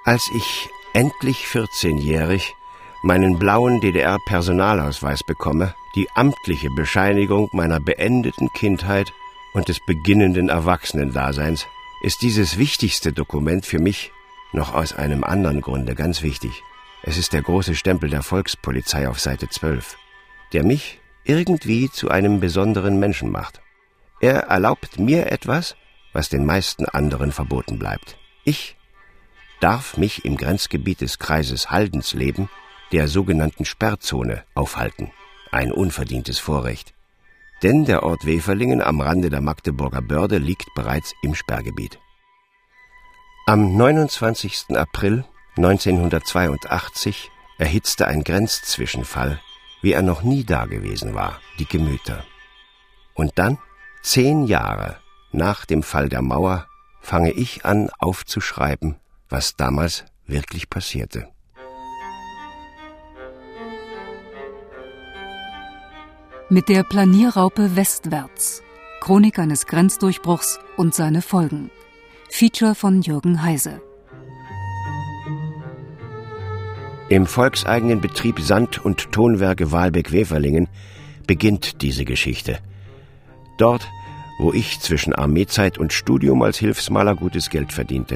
Als ich endlich 14-jährig meinen blauen DDR-Personalausweis bekomme, die amtliche Bescheinigung meiner beendeten Kindheit und des beginnenden Erwachsenendaseins, ist dieses wichtigste Dokument für mich noch aus einem anderen Grunde ganz wichtig. Es ist der große Stempel der Volkspolizei auf Seite 12, der mich irgendwie zu einem besonderen Menschen macht. Er erlaubt mir etwas, was den meisten anderen verboten bleibt. Ich darf mich im Grenzgebiet des Kreises Haldensleben, der sogenannten Sperrzone, aufhalten. Ein unverdientes Vorrecht. Denn der Ort Weferlingen am Rande der Magdeburger Börde liegt bereits im Sperrgebiet. Am 29. April 1982 erhitzte ein Grenzzwischenfall, wie er noch nie dagewesen war, die Gemüter. Und dann, 10 Jahre nach dem Fall der Mauer, fange ich an aufzuschreiben, was damals wirklich passierte. Mit der Planierraupe westwärts. Chronik eines Grenzdurchbruchs und seine Folgen. Feature von Jürgen Heise. Im volkseigenen Betrieb Sand- und Tonwerke Wahlbeck-Weferlingen beginnt diese Geschichte. Dort, wo ich zwischen Armeezeit und Studium als Hilfsmaler gutes Geld verdiente.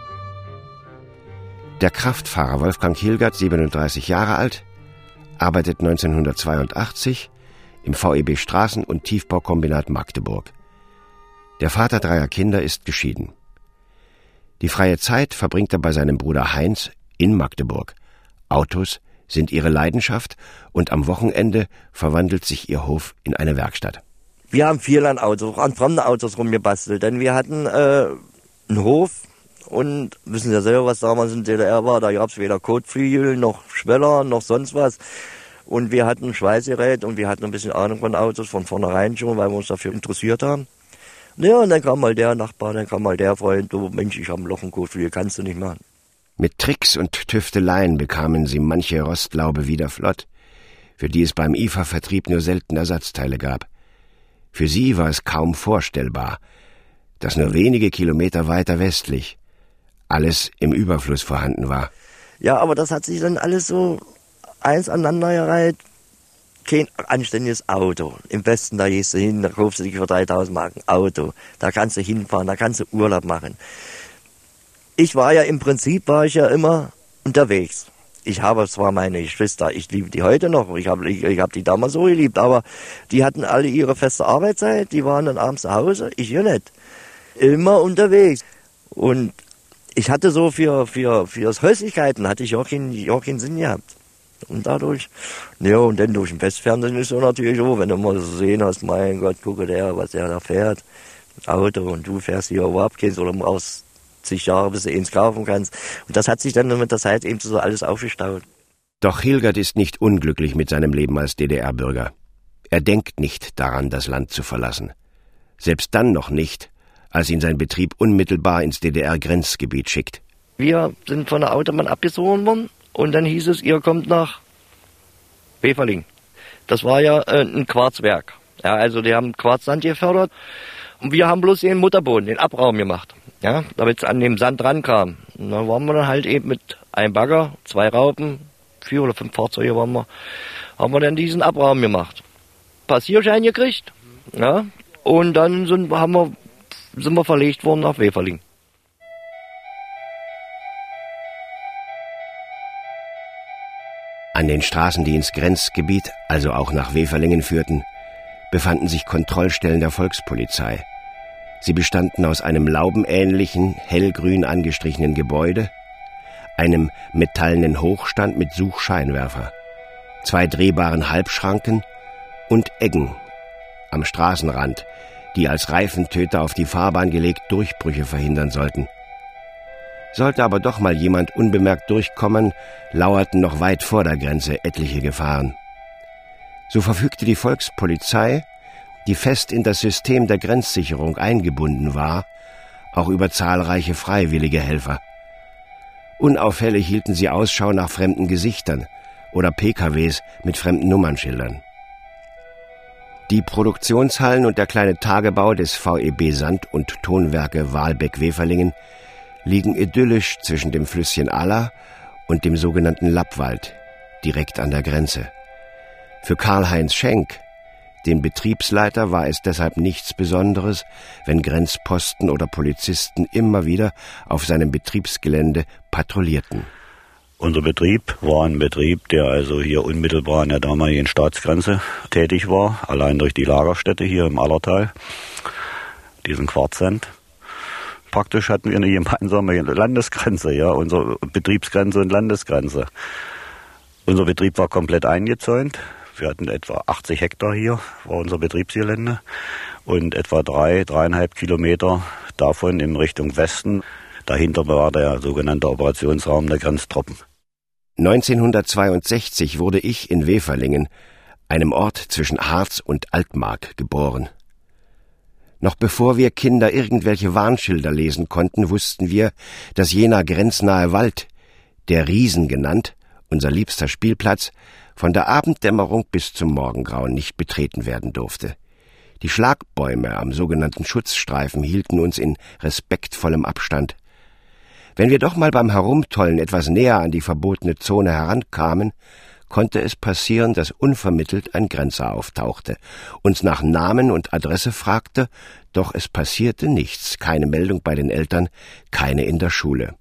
Der Kraftfahrer Wolfgang Hilgert, 37 Jahre alt, arbeitet 1982 im VEB Straßen- und Tiefbaukombinat Magdeburg. Der Vater 3 Kinder ist geschieden. Die freie Zeit verbringt er bei seinem Bruder Heinz in Magdeburg. Autos sind ihre Leidenschaft und am Wochenende verwandelt sich ihr Hof in eine Werkstatt. Wir haben viel an Autos, an fremden Autos rumgebastelt, denn wir hatten einen Hof und wissen ja selber, was damals in DDR war. Da gab es weder Kotflügel, noch Schweller, noch sonst was. Und wir hatten ein Schweißgerät und wir hatten ein bisschen Ahnung von Autos von vornherein schon, weil wir uns dafür interessiert haben. Ja, und dann kam mal der Nachbar, dann kam mal der Freund, du Mensch, ich habe ein Loch im Kotflügel, kannst du nicht machen. Mit Tricks und Tüfteleien bekamen sie manche Rostlaube wieder flott, für die es beim IFA-Vertrieb nur selten Ersatzteile gab. Für sie war es kaum vorstellbar, dass nur wenige Kilometer weiter westlich alles im Überfluss vorhanden war. Ja, aber das hat sich dann alles so eins aneinandergereiht. Kein anständiges Auto. Im Westen, da gehst du hin, da kaufst du dich für 3.000 Mark ein Auto. Da kannst du hinfahren, da kannst du Urlaub machen. Im Prinzip war ich ja immer unterwegs. Ich habe zwar meine Geschwister, ich liebe die heute noch, ich hab die damals so geliebt, aber die hatten alle ihre feste Arbeitszeit, die waren dann abends zu Hause, ich ja nicht. Immer unterwegs. Und ich hatte so fürs Häuslichkeiten hatte ich auch keinen Sinn gehabt. Und dadurch, ja, und dann durch den Westfernsehen ist so natürlich so, wenn du mal so sehen hast, mein Gott, gucke der, was der da fährt, Auto, und du fährst hier überhaupt keins oder brauchst zig Jahre, bis du eins kaufen kannst. Und das hat sich dann mit der Zeit eben so alles aufgestaut. Doch Hilgert ist nicht unglücklich mit seinem Leben als DDR-Bürger. Er denkt nicht daran, das Land zu verlassen. Selbst dann noch nicht, als ihn sein Betrieb unmittelbar ins DDR-Grenzgebiet schickt. Wir sind von der Autobahn abgesogen worden und dann hieß es, ihr kommt nach Weferlingen. Das war ja ein Quarzwerk. Ja, also die haben Quarzsand gefördert und wir haben bloß den Mutterboden, den Abraum gemacht. Ja, damit es an dem Sand rankam. Und dann waren wir dann halt eben mit einem Bagger, 2 Raupen, 4 oder 5 Fahrzeuge haben wir dann diesen Abraum gemacht. Passierschein gekriegt, ja, und dann sind wir verlegt worden nach Weferlingen. An den Straßen, die ins Grenzgebiet, also auch nach Weferlingen führten, befanden sich Kontrollstellen der Volkspolizei. Sie bestanden aus einem laubenähnlichen, hellgrün angestrichenen Gebäude, einem metallenen Hochstand mit Suchscheinwerfer, 2 drehbaren Halbschranken und Eggen am Straßenrand, die als Reifentöter auf die Fahrbahn gelegt Durchbrüche verhindern sollten. Sollte aber doch mal jemand unbemerkt durchkommen, lauerten noch weit vor der Grenze etliche Gefahren. So verfügte die Volkspolizei, die fest in das System der Grenzsicherung eingebunden war, auch über zahlreiche freiwillige Helfer. Unauffällig hielten sie Ausschau nach fremden Gesichtern oder PKWs mit fremden Nummernschildern. Die Produktionshallen und der kleine Tagebau des VEB Sand- und Tonwerke Wahlbeck-Weferlingen liegen idyllisch zwischen dem Flüsschen Aller und dem sogenannten Lappwald, direkt an der Grenze. Für Karl-Heinz Schenk, den Betriebsleiter, war es deshalb nichts Besonderes, wenn Grenzposten oder Polizisten immer wieder auf seinem Betriebsgelände patrouillierten. Unser Betrieb war ein Betrieb, der also hier unmittelbar an der damaligen Staatsgrenze tätig war, allein durch die Lagerstätte hier im Allertal, diesen Quarzsand. Praktisch hatten wir eine gemeinsame Landesgrenze, ja, unsere Betriebsgrenze und Landesgrenze. Unser Betrieb war komplett eingezäunt. Wir hatten etwa 80 Hektar hier, war unser Betriebsgelände, und etwa 3,5 Kilometer davon in Richtung Westen. Dahinter war der sogenannte Operationsraum der Grenztruppen. 1962 wurde ich in Weferlingen, einem Ort zwischen Harz und Altmark, geboren. Noch bevor wir Kinder irgendwelche Warnschilder lesen konnten, wussten wir, dass jener grenznahe Wald, der Riesen genannt, unser liebster Spielplatz, von der Abenddämmerung bis zum Morgengrauen nicht betreten werden durfte. Die Schlagbäume am sogenannten Schutzstreifen hielten uns in respektvollem Abstand. Wenn wir doch mal beim Herumtollen etwas näher an die verbotene Zone herankamen, konnte es passieren, dass unvermittelt ein Grenzer auftauchte, uns nach Namen und Adresse fragte, doch es passierte nichts, keine Meldung bei den Eltern, keine in der Schule.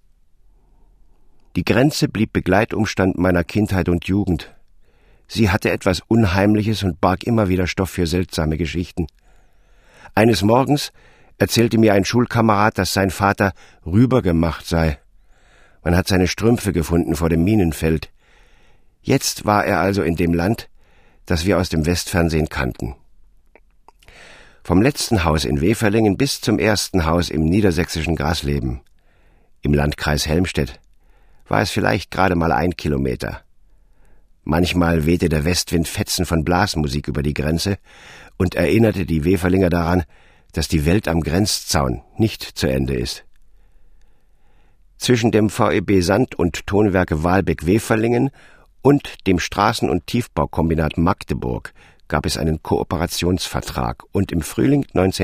Die Grenze blieb Begleitumstand meiner Kindheit und Jugend. Sie hatte etwas Unheimliches und barg immer wieder Stoff für seltsame Geschichten. Eines Morgens erzählte mir ein Schulkamerad, dass sein Vater rübergemacht sei. Man hat seine Strümpfe gefunden vor dem Minenfeld. Jetzt war er also in dem Land, das wir aus dem Westfernsehen kannten. Vom letzten Haus in Weferlingen bis zum ersten Haus im niedersächsischen Grasleben, im Landkreis Helmstedt, war es vielleicht gerade mal 1 Kilometer. Manchmal wehte der Westwind Fetzen von Blasmusik über die Grenze und erinnerte die Weferlinger daran, dass die Welt am Grenzzaun nicht zu Ende ist. Zwischen dem VEB Sand- und Tonwerke Wahlbeck-Weferlingen und dem Straßen- und Tiefbaukombinat Magdeburg gab es einen Kooperationsvertrag, und im Frühling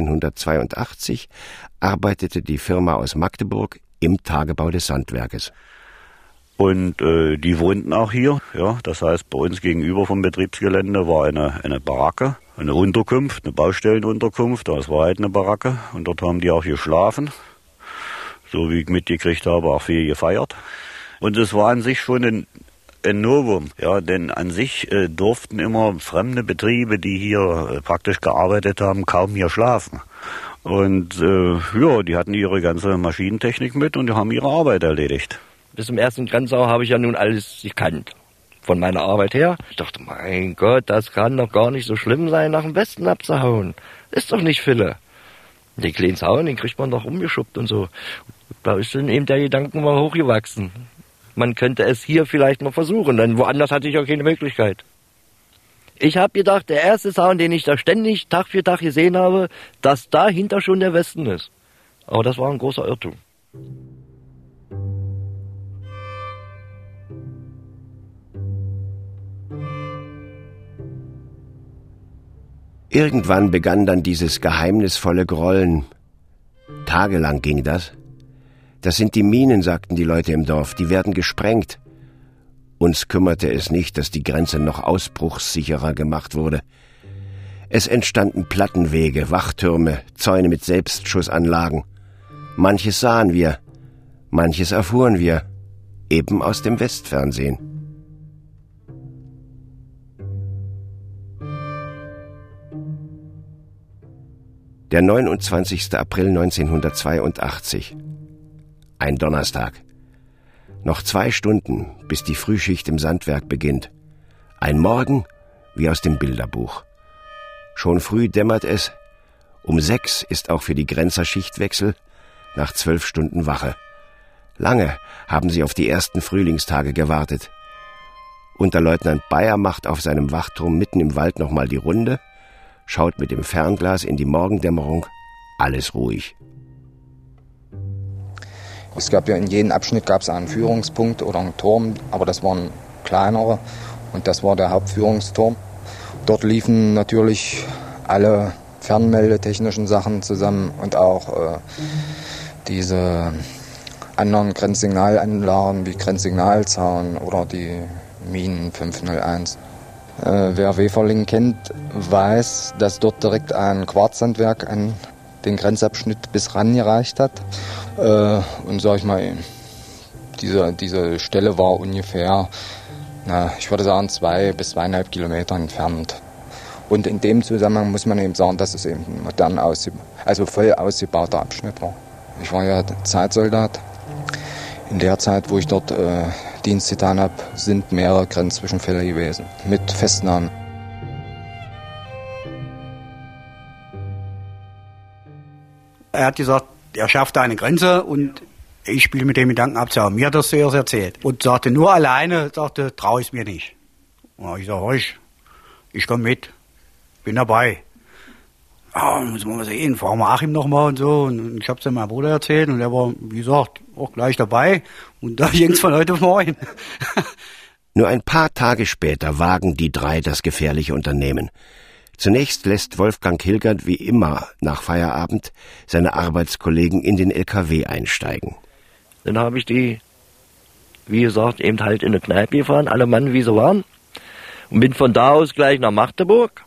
1982 arbeitete die Firma aus Magdeburg im Tagebau des Sandwerkes. Und die wohnten auch hier, ja, das heißt, bei uns gegenüber vom Betriebsgelände war eine Baracke, eine Unterkunft, eine Baustellenunterkunft, das war halt eine Baracke, und dort haben die auch geschlafen, so wie ich mitgekriegt habe, auch viel gefeiert. Und es war an sich schon ein Novum, ja, denn an sich durften immer fremde Betriebe, die hier praktisch gearbeitet haben, kaum hier schlafen. Und ja, die hatten ihre ganze Maschinentechnik mit und die haben ihre Arbeit erledigt. Bis zum ersten Grenzau habe ich ja nun alles gekannt, von meiner Arbeit her. Ich dachte, mein Gott, das kann doch gar nicht so schlimm sein, nach dem Westen abzuhauen. Ist doch nicht Fille. Den kleinen Zaun, den kriegt man doch umgeschubbt und so. Da ist dann eben der Gedanke mal hochgewachsen. Man könnte es hier vielleicht mal versuchen, denn woanders hatte ich auch keine Möglichkeit. Ich habe gedacht, der erste Zaun, den ich da ständig Tag für Tag gesehen habe, dass dahinter schon der Westen ist. Aber das war ein großer Irrtum. Irgendwann begann dann dieses geheimnisvolle Grollen. Tagelang ging das. Das sind die Minen, sagten die Leute im Dorf, die werden gesprengt. Uns kümmerte es nicht, dass die Grenze noch ausbruchssicherer gemacht wurde. Es entstanden Plattenwege, Wachtürme, Zäune mit Selbstschussanlagen. Manches sahen wir, manches erfuhren wir, eben aus dem Westfernsehen. Der 29. April 1982. Ein Donnerstag. Noch 2 Stunden, bis die Frühschicht im Sandwerk beginnt. Ein Morgen wie aus dem Bilderbuch. Schon früh dämmert es. Um 6 ist auch für die Grenzer Schichtwechsel, nach 12 Stunden Wache. Lange haben sie auf die ersten Frühlingstage gewartet. Unterleutnant Bayer macht auf seinem Wachturm mitten im Wald nochmal die Runde, schaut mit dem Fernglas in die Morgendämmerung, alles ruhig. Es gab ja in jedem Abschnitt einen Führungspunkt oder einen Turm, aber das waren kleinere und das war der Hauptführungsturm. Dort liefen natürlich alle fernmeldetechnischen Sachen zusammen und auch diese anderen Grenzsignalanlagen wie Grenzsignalzaun oder die Minen 501. Wer Weferling kennt, weiß, dass dort direkt ein Quarzsandwerk an den Grenzabschnitt bis ran gereicht hat. Und sag ich mal, diese Stelle war ungefähr, ich würde sagen, 2 bis 2,5 Kilometer entfernt. Und in dem Zusammenhang muss man eben sagen, dass es eben ein modern voll ausgebauter Abschnitt war. Ich war ja Zeitsoldat. In der Zeit, wo ich dort Dienst getan habe, sind mehrere Grenzzwischenfälle gewesen mit Festnahmen. Er hat gesagt, er schafft eine Grenze und ich spiele mit dem Gedanken ab. Mir hat das zuerst erzählt. Und sagte, nur alleine, traue ich es mir nicht. Und ich sage, ich komme mit, bin dabei. Muss man mal sehen, fahren wir Achim noch mal und so. Und ich habe es dann meinem Bruder erzählt und er war, wie gesagt, auch gleich dabei. Und da ging's von heute auf morgen. Nur ein paar Tage später wagen die 3 das gefährliche Unternehmen. Zunächst lässt Wolfgang Hilgert wie immer nach Feierabend seine Arbeitskollegen in den LKW einsteigen. Dann habe ich die, wie gesagt, eben halt in eine Kneipe gefahren, alle Mann wie sie waren. Und bin von da aus gleich nach Magdeburg.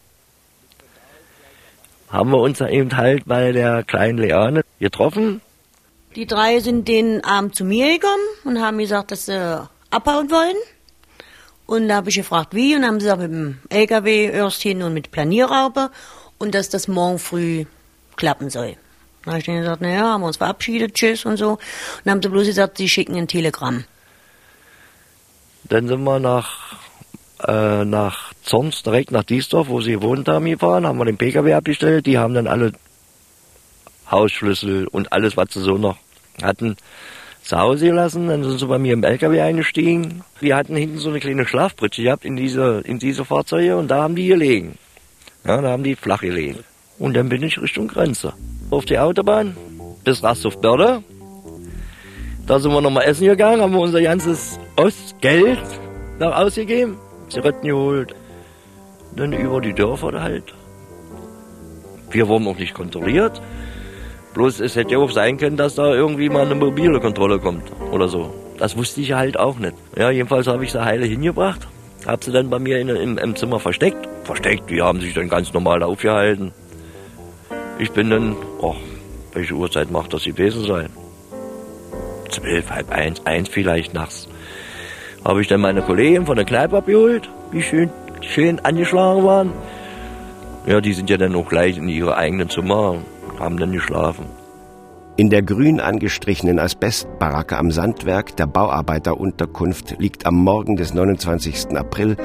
Haben wir uns eben halt bei der kleinen Leane getroffen. Die 3 sind den Abend zu mir gekommen und haben gesagt, dass sie abhauen wollen. Und da habe ich gefragt, wie, und dann haben sie gesagt, mit dem LKW erst hin und mit Planierraupe und dass das morgen früh klappen soll. Da habe ich denen gesagt, haben wir uns verabschiedet, tschüss und so. Und dann haben sie bloß gesagt, sie schicken ein Telegramm. Dann sind wir nach Zorns, direkt nach Diesdorf, wo sie gewohnt haben, gefahren, haben wir den PKW abgestellt. Die haben dann alle Hausschlüssel und alles, was sie so noch hatten, zu Hause gelassen. Dann sind sie bei mir im LKW eingestiegen. Wir hatten hinten so eine kleine Schlafpritsche gehabt in diese Fahrzeuge und da haben die gelegen. Ja, da haben die flach gelegen. Und dann bin ich Richtung Grenze. Auf die Autobahn bis Rastorf-Börde. Da sind wir nochmal essen gegangen, haben wir unser ganzes Ostgeld noch ausgegeben. Zigaretten geholt, dann über die Dörfer halt. Wir wurden auch nicht kontrolliert. Bloß es hätte ja auch sein können, dass da irgendwie mal eine mobile Kontrolle kommt oder so. Das wusste ich halt auch nicht. Ja, jedenfalls habe ich sie heile hingebracht, habe sie dann bei mir im Zimmer versteckt. Die haben sich dann ganz normal da aufgehalten. Ich bin dann, welche Uhrzeit macht das gewesen sein? 12, halb 1 vielleicht nachts. Habe ich dann meine Kollegen von der Kneipe abgeholt, die schön angeschlagen waren. Ja, die sind ja dann auch gleich in ihre eigenen Zimmer und haben dann geschlafen. In der grün angestrichenen Asbestbaracke am Sandwerk der Bauarbeiterunterkunft liegt am Morgen des 29. April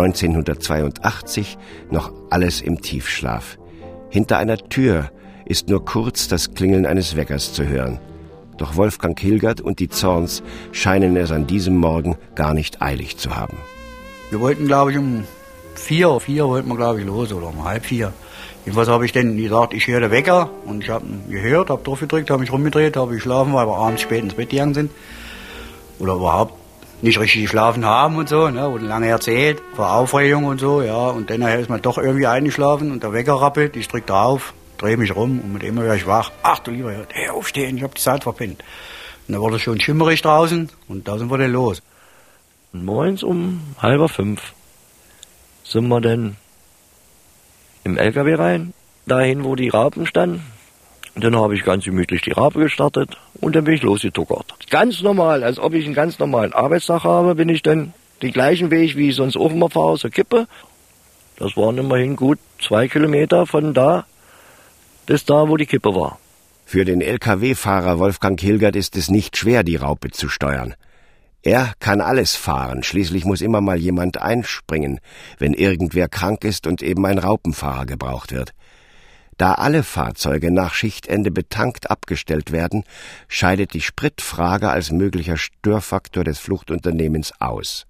1982 noch alles im Tiefschlaf. Hinter einer Tür ist nur kurz das Klingeln eines Weckers zu hören. Doch Wolfgang Hilgert und die Zorns scheinen es an diesem Morgen gar nicht eilig zu haben. Wir wollten, glaube ich, um 4 wollten wir, glaube ich, los oder um 3:30. Jedenfalls habe ich dann gesagt, ich höre den Wecker und ich habe ihn gehört, habe drauf gedrückt, habe mich rumgedreht, habe geschlafen, weil wir abends spät ins Bett gegangen sind. Oder überhaupt nicht richtig geschlafen haben und so, ne, wurde lange erzählt, vor Aufregung und so, ja. Und dann ist man doch irgendwie eingeschlafen und der Wecker rappelt, ich drücke drauf, drehe mich rum und mit immer wäre ich wach. Ach du lieber Gott, hey, aufstehen, ich habe die Zeit verpennt. Und dann wurde es schon schimmerig draußen und da sind wir dann los. Und morgens um 4:30 sind wir dann im LKW rein, dahin, wo die Raupen standen. Und dann habe ich ganz gemütlich die Raupe gestartet und dann bin ich losgetuckert. Ganz normal, als ob ich einen ganz normalen Arbeitstag habe, bin ich dann den gleichen Weg, wie ich sonst auch immer fahre, zur Kippe. Das waren immerhin gut 2 Kilometer von da bis da, wo die Kippe war. Für den LKW-Fahrer Wolfgang Hilgert ist es nicht schwer, die Raupe zu steuern. Er kann alles fahren, schließlich muss immer mal jemand einspringen, wenn irgendwer krank ist und eben ein Raupenfahrer gebraucht wird. Da alle Fahrzeuge nach Schichtende betankt abgestellt werden, scheidet die Spritfrage als möglicher Störfaktor des Fluchtunternehmens aus.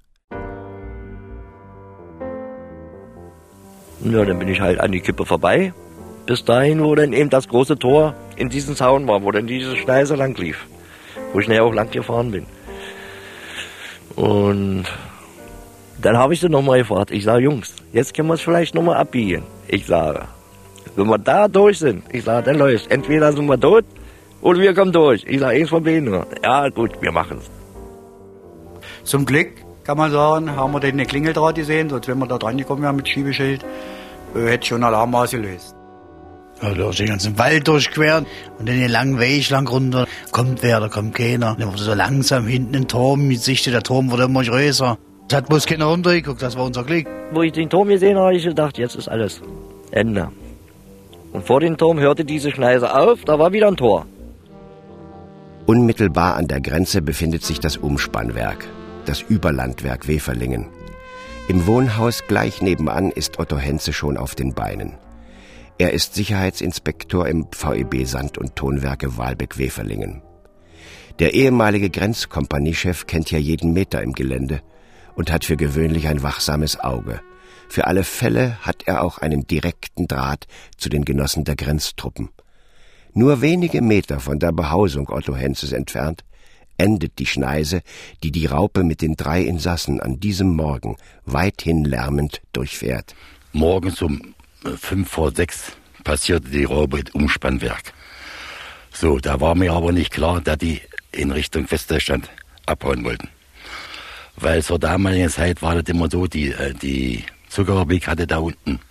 Ja, dann bin ich halt an die Kippe vorbei, bis dahin, wo dann eben das große Tor in diesem Zaun war, wo dann diese Schneise lang lief, wo ich nachher auch lang gefahren bin. Und dann habe ich sie nochmal gefragt. Ich sage, Jungs, jetzt können wir es vielleicht nochmal abbiegen. Ich sage, wenn wir da durch sind, ich sage, dann läuft. Entweder sind wir tot Oder wir kommen durch. Ich sage, eins von denen. Ja, gut, wir machen's. Zum Glück, kann man sagen, haben wir den Klingeldraht gesehen, sonst wenn wir da dran gekommen wären mit Schiebeschild, hätte schon Alarm ausgelöst. Also durch den ganzen Wald durchqueren und dann den langen Weg lang runter. Kommt wer, da kommt keiner. Dann wurde so langsam hinten ein Turm, die Sichte der Turm wurde immer größer. Es hat bloß keiner runtergeguckt, das war unser Glück. Wo ich den Turm gesehen habe, habe ich gedacht, jetzt ist alles Ende. Und vor dem Turm hörte diese Schneise auf, da war wieder ein Tor. Unmittelbar an der Grenze befindet sich das Umspannwerk, das Überlandwerk Weferlingen. Im Wohnhaus gleich nebenan ist Otto Henze schon auf den Beinen. Er ist Sicherheitsinspektor im VEB Sand- und Tonwerke Wahlbeck-Weferlingen. Der ehemalige Grenzkompaniechef kennt ja jeden Meter im Gelände und hat für gewöhnlich ein wachsames Auge. Für alle Fälle hat er auch einen direkten Draht zu den Genossen der Grenztruppen. Nur wenige Meter von der Behausung Otto Henzes entfernt endet die Schneise, die die Raupe mit den 3 Insassen an diesem Morgen weithin lärmend durchfährt. Morgens um 5:45 passierte die Raupe im Umspannwerk. So, da war mir aber nicht klar, dass die in Richtung Westdeutschland abhauen wollten. Weil zur damaligen Zeit war das immer so, die Zuckerfabrik hatte da unten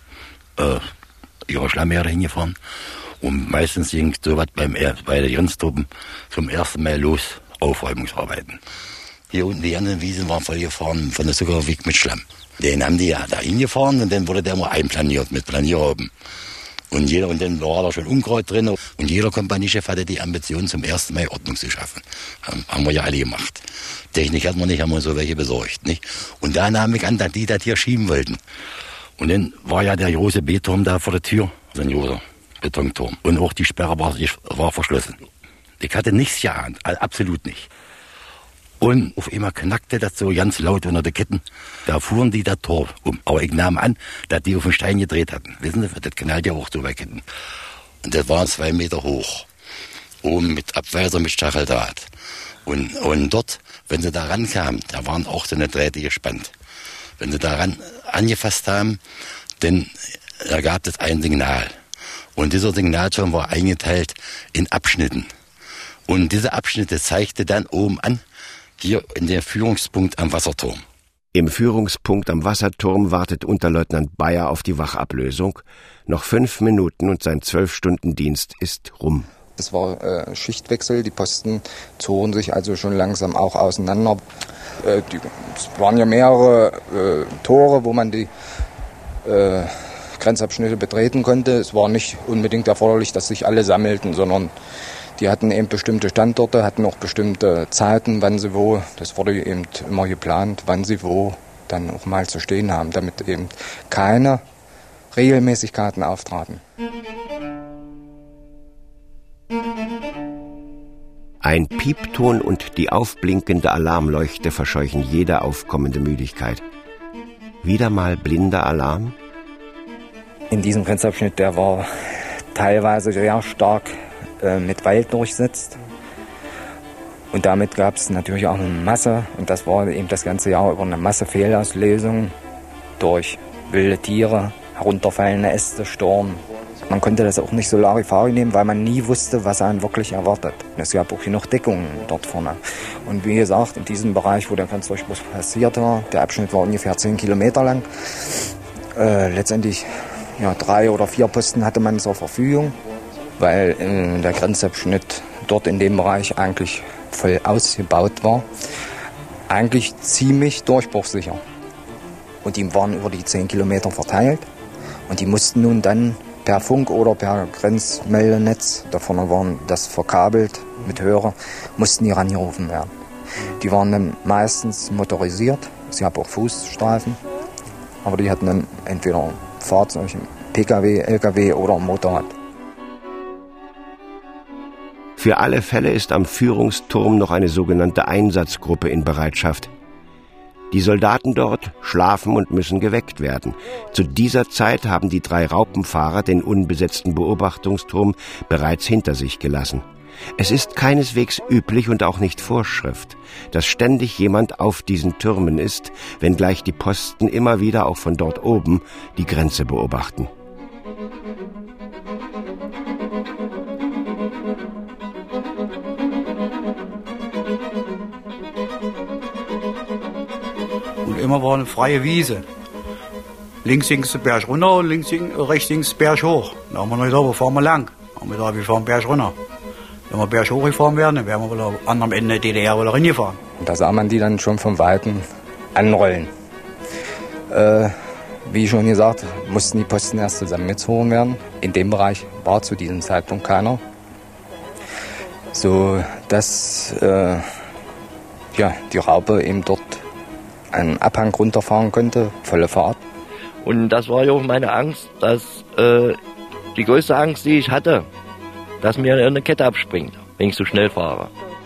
ihre Schlammerde hingefahren. Und meistens ging so was bei den Grenztruppen zum ersten Mal los, Aufräumungsarbeiten. Hier unten die ganzen Wiesen waren vollgefahren von der Zuckerfabrik mit Schlamm. Den haben die ja da hingefahren und dann wurde der immer einplaniert mit Planierraupen. Und dann war da schon Unkraut drin. Und jeder Kompaniechef hatte die Ambition, zum ersten Mal Ordnung zu schaffen. Haben wir ja alle gemacht. Technik hatten wir nicht, haben wir so welche besorgt. Nicht? Und da nahm ich an, dass die das hier schieben wollten. Und dann war ja der große B-Turm da vor der Tür, so ein großer Betonturm. Und auch die Sperre war verschlossen. Ich hatte nichts geahnt, absolut nicht. Und auf einmal knackte das so ganz laut unter den Ketten. Da fuhren die das Tor um. Aber ich nahm an, dass die auf den Stein gedreht hatten. Wissen Sie, das knallt ja auch so bei Ketten. Und das waren 2 Meter hoch. Oben mit Abweiser mit Stacheldraht. Und dort, wenn sie da rankamen, da waren auch so eine Drähte gespannt. Wenn sie daran angefasst haben, dann ergab es ein Signal. Und dieser Signalturm war eingeteilt in Abschnitten. Und diese Abschnitte zeigte dann oben an, hier in der Führungspunkt am Wasserturm. Im Führungspunkt am Wasserturm wartet Unterleutnant Bayer auf die Wachablösung. Noch 5 Minuten und sein 12-Stunden-Dienst ist rum. Es war Schichtwechsel, die Posten zogen sich also schon langsam auch auseinander. Es waren ja mehrere Tore, wo man die Grenzabschnitte betreten konnte. Es war nicht unbedingt erforderlich, dass sich alle sammelten, sondern die hatten eben bestimmte Standorte, hatten auch bestimmte Zeiten, wann sie wo, das wurde eben immer geplant, wann sie wo dann auch mal zu stehen haben, damit eben keine Regelmäßigkeiten auftraten. Ein Piepton und die aufblinkende Alarmleuchte verscheuchen jede aufkommende Müdigkeit. Wieder mal blinder Alarm? In diesem Grenzabschnitt, der war teilweise sehr stark mit Wald durchsetzt. Und damit gab es natürlich auch eine Masse, und das war eben das ganze Jahr über eine Masse Fehlauslösung durch wilde Tiere, herunterfallende Äste, Sturm. Man konnte das auch nicht so Larifari nehmen, weil man nie wusste, was einen wirklich erwartet. Es gab auch genug Deckungen dort vorne. Und wie gesagt, in diesem Bereich, wo der Grenzdurchbruch passiert war, der Abschnitt war ungefähr 10 Kilometer lang. Letztendlich 3 oder 4 Posten hatte man zur Verfügung, weil der Grenzabschnitt dort in dem Bereich eigentlich voll ausgebaut war. Eigentlich ziemlich durchbruchsicher. Und die waren über die 10 Kilometer verteilt. Und die mussten nun dann per Funk oder per Grenzmeldenetz, da vorne waren das verkabelt mit Hörer, mussten die rangerufen werden. Die waren dann meistens motorisiert, es gab auch Fußstreifen, aber die hatten dann entweder Fahrzeug, PKW, LKW oder Motorrad. Für alle Fälle ist am Führungsturm noch eine sogenannte Einsatzgruppe in Bereitschaft. Die Soldaten dort schlafen und müssen geweckt werden. Zu dieser Zeit haben die 3 Raupenfahrer den unbesetzten Beobachtungsturm bereits hinter sich gelassen. Es ist keineswegs üblich und auch nicht Vorschrift, dass ständig jemand auf diesen Türmen ist, wenngleich die Posten immer wieder auch von dort oben die Grenze beobachten. immer war eine freie Wiese. Links ging es den Berg runter und rechts ging es den Berg hoch. Da haben wir noch gesagt, wo fahren wir lang? Da haben wir gesagt, wir fahren den Berg runter. Wenn wir den Berg hochgefahren wären, dann wären wir wohl am anderen Ende der DDR wieder hingefahren. Und da sah man die dann schon vom Weiten anrollen. Wie schon gesagt, mussten die Posten erst zusammengezogen werden. In dem Bereich war zu diesem Zeitpunkt keiner. So dass die Raupe eben dort einen Abhang runterfahren konnte, volle Fahrt. Und das war ja auch meine Angst, dass die größte Angst, die ich hatte, dass mir eine Kette abspringt, wenn ich so schnell fahre.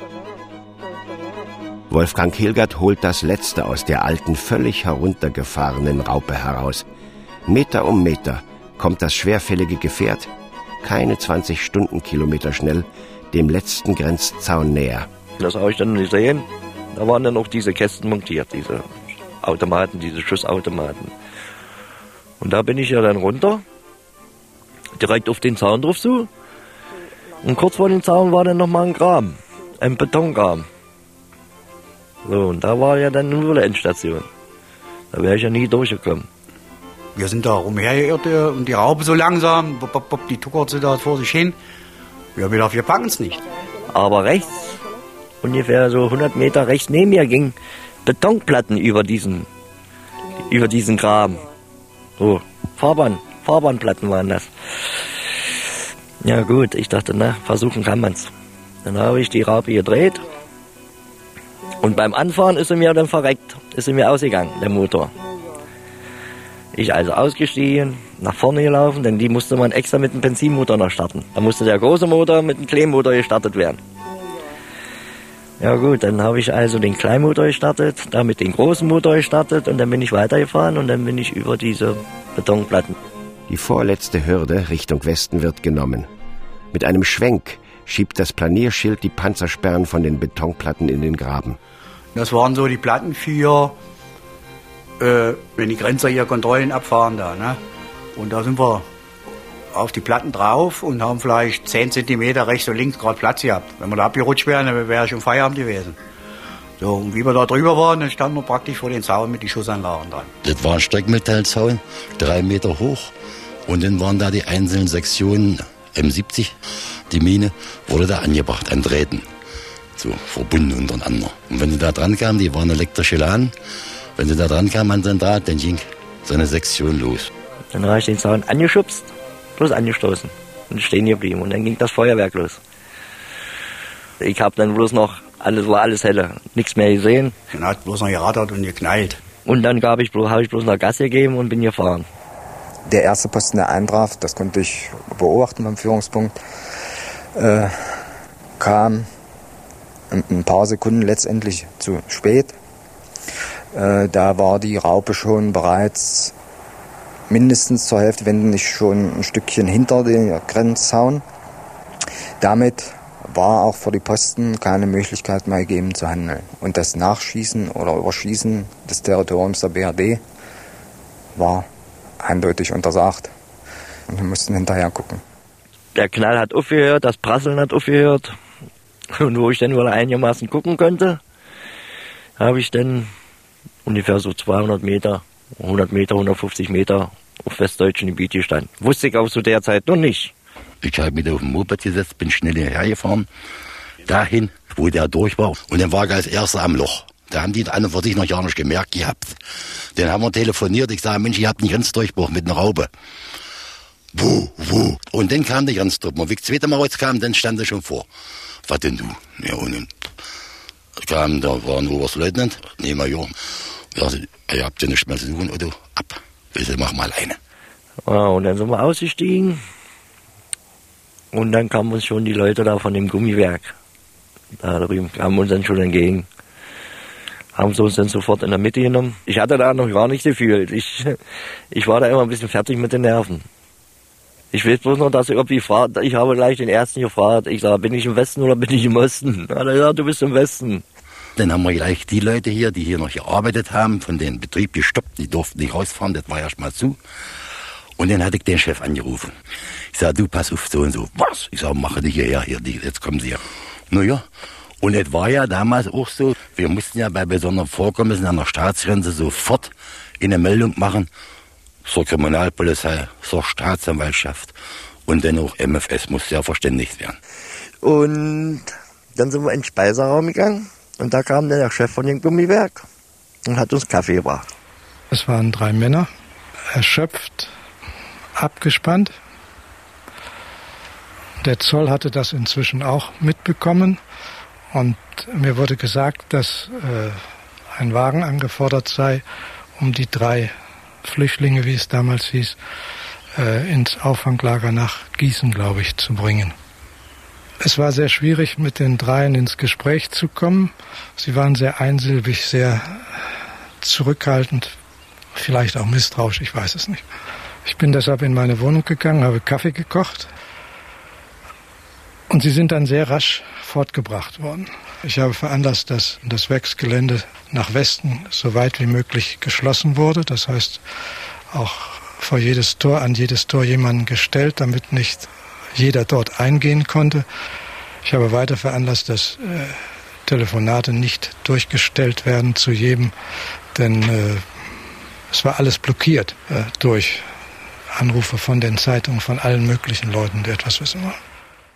Wolfgang Hilgert holt das Letzte aus der alten, völlig heruntergefahrenen Raupe heraus. Meter um Meter kommt das schwerfällige Gefährt, keine 20 Stundenkilometer schnell, dem letzten Grenzzaun näher. Das habe ich dann gesehen. Da waren dann auch diese Kästen montiert, diese Automaten, diese Schussautomaten. Und da bin ich ja dann runter, direkt auf den Zaun drauf zu. Und kurz vor dem Zaun war dann nochmal ein Graben, ein Betongraben. So, und da war ja dann nur eine Endstation. Da wäre ich ja nie durchgekommen. Wir sind da rumhergeirrt und die Raupe so langsam, die tuckerte da vor sich hin. Wir haben gedacht, wir packen es nicht. Aber rechts, ungefähr so 100 Meter rechts neben mir, gingen Betonplatten über diesen Graben. So, Fahrbahnplatten waren das. Ja gut, ich dachte, versuchen kann man's. Dann habe ich die Raupe gedreht. Und beim Anfahren ist sie mir dann verreckt, ist sie mir ausgegangen, der Motor. Ich also ausgestiegen, nach vorne gelaufen, denn die musste man extra mit dem Benzinmotor noch starten. Da musste der große Motor mit dem Kleinmotor gestartet werden. Ja gut, dann habe ich also den Kleinmotor gestartet, damit den großen Motor gestartet und dann bin ich weitergefahren und dann bin ich über diese Betonplatten. Die vorletzte Hürde Richtung Westen wird genommen. Mit einem Schwenk schiebt das Planierschild die Panzersperren von den Betonplatten in den Graben. Das waren so die Platten für, wenn die Grenzer hier Kontrollen abfahren da. Ne? Und da sind wir auf die Platten drauf und haben vielleicht 10 Zentimeter rechts und links gerade Platz gehabt. Wenn wir da abgerutscht wären, dann wäre schon Feierabend gewesen. So, und wie wir da drüber waren, dann standen wir praktisch vor den Zaun mit den Schussanlagen dran. Das war ein Streckmetallzaun, 3 Meter hoch. Und dann waren da die einzelnen Sektionen M70. Die Mine wurde da angebracht, an Drähten. So, verbunden untereinander. Und wenn sie da dran kamen, die waren elektrische Laden. Wenn sie da dran kamen an den Draht, dann ging so eine Sektion los. Dann habe ich den Zaun angeschubst, bloß angestoßen und stehen geblieben. Und dann ging das Feuerwerk los. Ich habe dann bloß noch, war alles helle, nichts mehr gesehen. Dann hat bloß noch gerattert und geknallt. Und dann habe ich bloß noch Gas gegeben und bin gefahren. Der erste Posten, der eintraf, das konnte ich beobachten beim Führungspunkt, kam ein paar Sekunden letztendlich zu spät. Da war die Raupe schon bereits mindestens zur Hälfte, wenn nicht schon ein Stückchen hinter dem Grenzzaun. Damit war auch für die Posten keine Möglichkeit mehr gegeben zu handeln. Und das Nachschießen oder Überschießen des Territoriums der BRD war eindeutig untersagt. Und wir mussten hinterher gucken. Der Knall hat aufgehört, das Prasseln hat aufgehört. Und wo ich dann wohl einigermaßen gucken konnte, habe ich dann ungefähr so 200 Meter, 100 Meter, 150 Meter auf westdeutschem Gebiet gestanden. Wusste ich auch zu der Zeit noch nicht. Ich habe mich auf den Moped gesetzt, bin schnell hergefahren, dahin, wo der durch war. Und dann war ich als Erster am Loch. Da haben die an und für sich noch gar nicht gemerkt gehabt. Dann haben wir telefoniert, ich sage, Mensch, ihr habt einen Grenzdurchbruch mit einer Raupe. Wo? Und dann kam der Grenzdurchbruch. Und wie das zweite Mal rauskam, dann stand er schon vor. Was denn du? Ja, und dann kam, da war ein Oberstleutnant, nee, Major. Ja, ihr habt ja nichts mehr zu tun, Otto, ab. Bitte mach mal alleine. Ja, und dann sind wir ausgestiegen. Und dann kamen uns schon die Leute da von dem Gummiwerk. Da drüben kamen uns dann schon entgegen. Haben sie uns dann sofort in der Mitte genommen. Ich hatte da noch gar nicht gefühlt. Ich war da immer ein bisschen fertig mit den Nerven. Ich weiß bloß noch, dass ich irgendwie fragt, ich habe gleich den Ersten gefragt. Ich sage, bin ich im Westen oder bin ich im Osten? Hat er gesagt, du bist im Westen. Dann haben wir gleich die Leute hier, die hier noch gearbeitet haben, von dem Betrieb gestoppt. Die durften nicht rausfahren, das war erst mal zu. Und dann hatte ich den Chef angerufen. Ich sage, du, pass auf, so und so. Was? Ich sage, mache dich hierher, jetzt kommen sie her. Naja, Und es war ja damals auch so, wir mussten ja bei besonderen Vorkommnissen an der Staatsgrenze sofort eine Meldung machen zur Kriminalpolizei, zur Staatsanwaltschaft und dann auch MFS musste ja verständigt werden. Und dann sind wir in den Speiseraum gegangen und da kam dann der Chef von dem Gummiwerk und hat uns Kaffee gebracht. Es waren 3 Männer, erschöpft, abgespannt. Der Zoll hatte das inzwischen auch mitbekommen und mir wurde gesagt, dass ein Wagen angefordert sei, um die 3 Flüchtlinge, wie es damals hieß, ins Auffanglager nach Gießen, glaube ich, zu bringen. Es war sehr schwierig, mit den 3 ins Gespräch zu kommen. Sie waren sehr einsilbig, sehr zurückhaltend, vielleicht auch misstrauisch, ich weiß es nicht. Ich bin deshalb in meine Wohnung gegangen, habe Kaffee gekocht und sie sind dann sehr rasch fortgebracht worden. Ich habe veranlasst, dass das Werksgelände nach Westen so weit wie möglich geschlossen wurde. Das heißt, auch an jedes Tor jemanden gestellt, damit nicht jeder dort eingehen konnte. Ich habe weiter veranlasst, dass Telefonate nicht durchgestellt werden zu jedem, denn es war alles blockiert durch Anrufe von den Zeitungen, von allen möglichen Leuten, die etwas wissen wollen.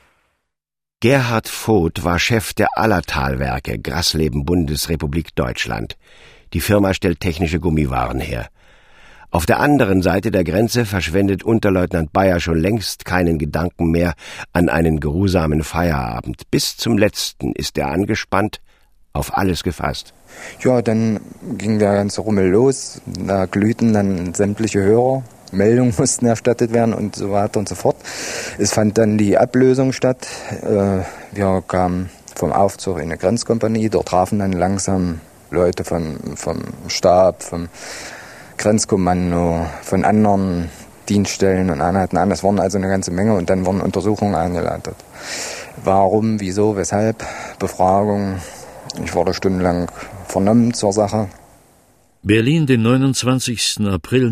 Gerhard Voth war Chef der Allertalwerke, Grasleben, Bundesrepublik Deutschland. Die Firma stellt technische Gummiwaren her. Auf der anderen Seite der Grenze verschwendet Unterleutnant Bayer schon längst keinen Gedanken mehr an einen geruhsamen Feierabend. Bis zum Letzten ist er angespannt, auf alles gefasst. Ja, dann ging der ganze Rummel los. Da glühten dann sämtliche Hörer. Meldungen mussten erstattet werden und so weiter und so fort. Es fand dann die Ablösung statt. Wir kamen vom Aufzug in eine Grenzkompanie. Dort trafen dann langsam Leute vom Stab, vom Grenzkommando, von anderen Dienststellen und Einheiten an. Das waren also eine ganze Menge und dann wurden Untersuchungen eingeleitet. Warum, wieso, weshalb, Befragung. Ich wurde stundenlang vernommen zur Sache. Berlin, den 29. April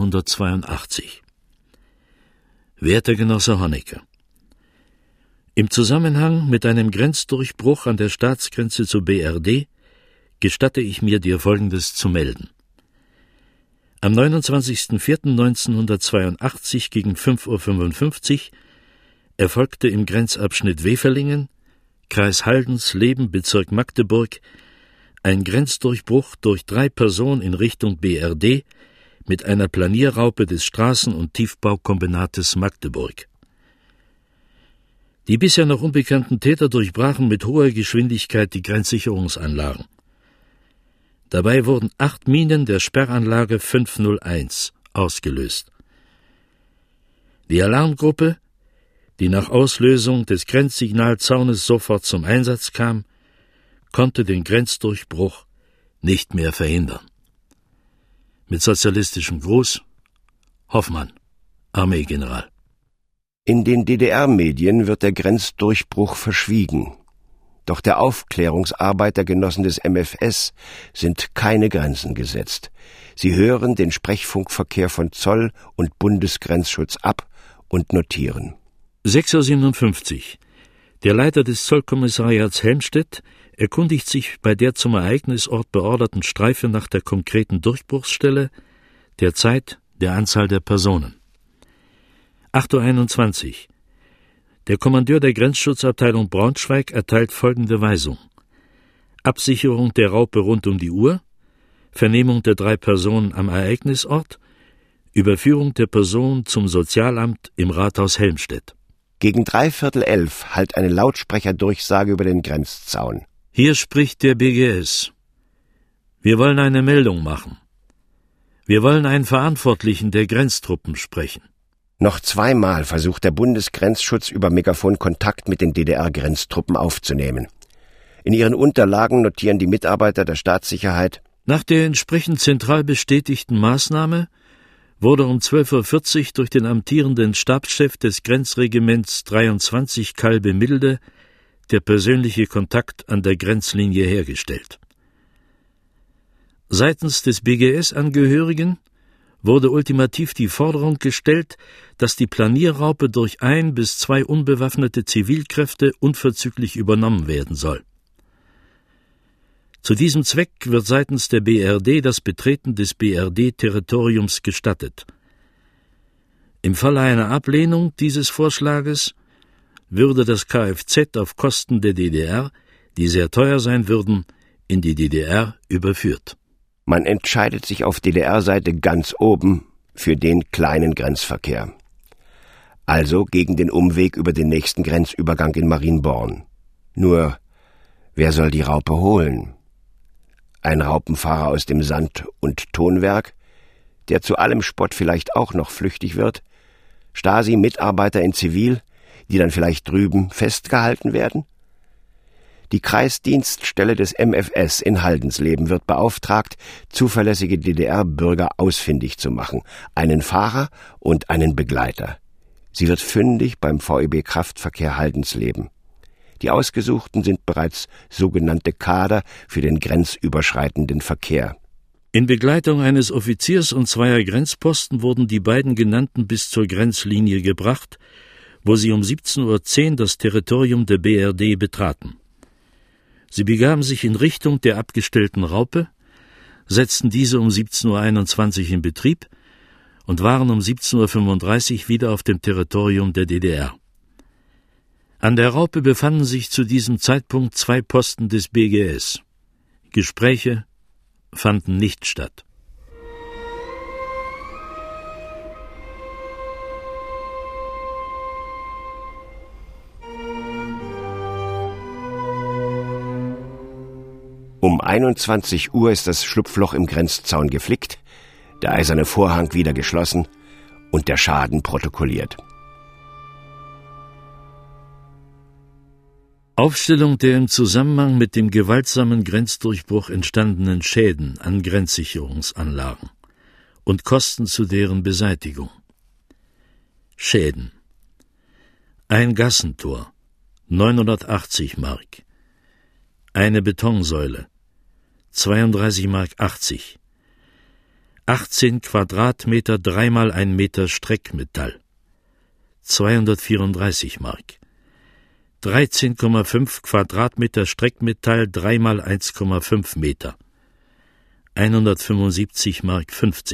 1982. Werter Genosse Honecker, im Zusammenhang mit einem Grenzdurchbruch an der Staatsgrenze zur BRD gestatte ich mir, dir Folgendes zu melden. Am 29.04.1982 gegen 5:55 Uhr erfolgte im Grenzabschnitt Weferlingen, Kreis Haldensleben, Bezirk Magdeburg, ein Grenzdurchbruch durch 3 Personen in Richtung BRD mit einer Planierraupe des Straßen- und Tiefbaukombinates Magdeburg. Die bisher noch unbekannten Täter durchbrachen mit hoher Geschwindigkeit die Grenzsicherungsanlagen. Dabei wurden 8 Minen der Sperranlage 501 ausgelöst. Die Alarmgruppe, die nach Auslösung des Grenzsignalzaunes sofort zum Einsatz kam, konnte den Grenzdurchbruch nicht mehr verhindern. Mit sozialistischem Gruß, Hoffmann, Armeegeneral. In den DDR-Medien wird der Grenzdurchbruch verschwiegen. Doch der Aufklärungsarbeit der Genossen des MFS sind keine Grenzen gesetzt. Sie hören den Sprechfunkverkehr von Zoll und Bundesgrenzschutz ab und notieren. 6:57 Uhr. Der Leiter des Zollkommissariats Helmstedt erkundigt sich bei der zum Ereignisort beorderten Streife nach der konkreten Durchbruchsstelle, der Zeit, der Anzahl der Personen. 8:21 Uhr. Der Kommandeur der Grenzschutzabteilung Braunschweig erteilt folgende Weisung: Absicherung der Raupe rund um die Uhr, Vernehmung der 3 Personen am Ereignisort, Überführung der Person zum Sozialamt im Rathaus Helmstedt. Gegen 11:45 hallt eine Lautsprecherdurchsage über den Grenzzaun. Hier spricht der BGS. Wir wollen eine Meldung machen. Wir wollen einen Verantwortlichen der Grenztruppen sprechen. Noch 2-mal versucht der Bundesgrenzschutz über Megafon Kontakt mit den DDR-Grenztruppen aufzunehmen. In ihren Unterlagen notieren die Mitarbeiter der Staatssicherheit: Nach der entsprechend zentral bestätigten Maßnahme wurde um 12:40 Uhr durch den amtierenden Stabschef des Grenzregiments 23 Kalbe-Milde der persönliche Kontakt an der Grenzlinie hergestellt. Seitens des BGS-Angehörigen wurde ultimativ die Forderung gestellt, dass die Planierraupe durch 1 bis 2 unbewaffnete Zivilkräfte unverzüglich übernommen werden soll. Zu diesem Zweck wird seitens der BRD das Betreten des BRD-Territoriums gestattet. Im Falle einer Ablehnung dieses Vorschlages würde das Kfz auf Kosten der DDR, die sehr teuer sein würden, in die DDR überführt. Man entscheidet sich auf DDR-Seite ganz oben für den kleinen Grenzverkehr. Also gegen den Umweg über den nächsten Grenzübergang in Marienborn. Nur, wer soll die Raupe holen? Ein Raupenfahrer aus dem Sand- und Tonwerk, der zu allem Spott vielleicht auch noch flüchtig wird? Stasi-Mitarbeiter in Zivil, die dann vielleicht drüben festgehalten werden? Die Kreisdienststelle des MfS in Haldensleben wird beauftragt, zuverlässige DDR-Bürger ausfindig zu machen, einen Fahrer und einen Begleiter. Sie wird fündig beim VEB Kraftverkehr Haldensleben. Die Ausgesuchten sind bereits sogenannte Kader für den grenzüberschreitenden Verkehr. In Begleitung eines Offiziers und zweier Grenzposten wurden die beiden genannten bis zur Grenzlinie gebracht, wo sie um 17:10 Uhr das Territorium der BRD betraten. Sie begaben sich in Richtung der abgestellten Raupe, setzten diese um 17:21 Uhr in Betrieb und waren um 17:35 Uhr wieder auf dem Territorium der DDR. An der Raupe befanden sich zu diesem Zeitpunkt 2 Posten des BGS. Gespräche fanden nicht statt. Um 21 Uhr ist das Schlupfloch im Grenzzaun geflickt, der eiserne Vorhang wieder geschlossen und der Schaden protokolliert. Aufstellung der im Zusammenhang mit dem gewaltsamen Grenzdurchbruch entstandenen Schäden an Grenzsicherungsanlagen und Kosten zu deren Beseitigung. Schäden: ein Gassentor, 980 Mark. Eine Betonsäule, 32,80 Mark. 18 Quadratmeter 3x1 Meter Streckmetall, 234 Mark. 13,5 Quadratmeter Streckmetall 3x1,5 Meter, 175,50 Mark.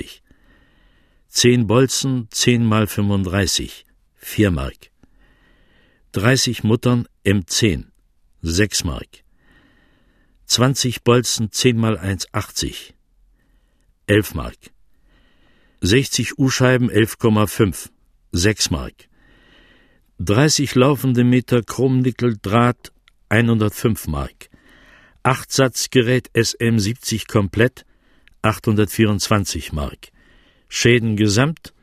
10 Bolzen 10x35, 4 Mark. 30 Muttern M10, 6 Mark. 20 Bolzen 10x1,80, 11 Mark. 60 U-Scheiben 11,5, 6 Mark. 30 laufende Meter Chromnickeldraht 105 Mark. 8 Satzgerät SM70 komplett 824 Mark. Schäden gesamt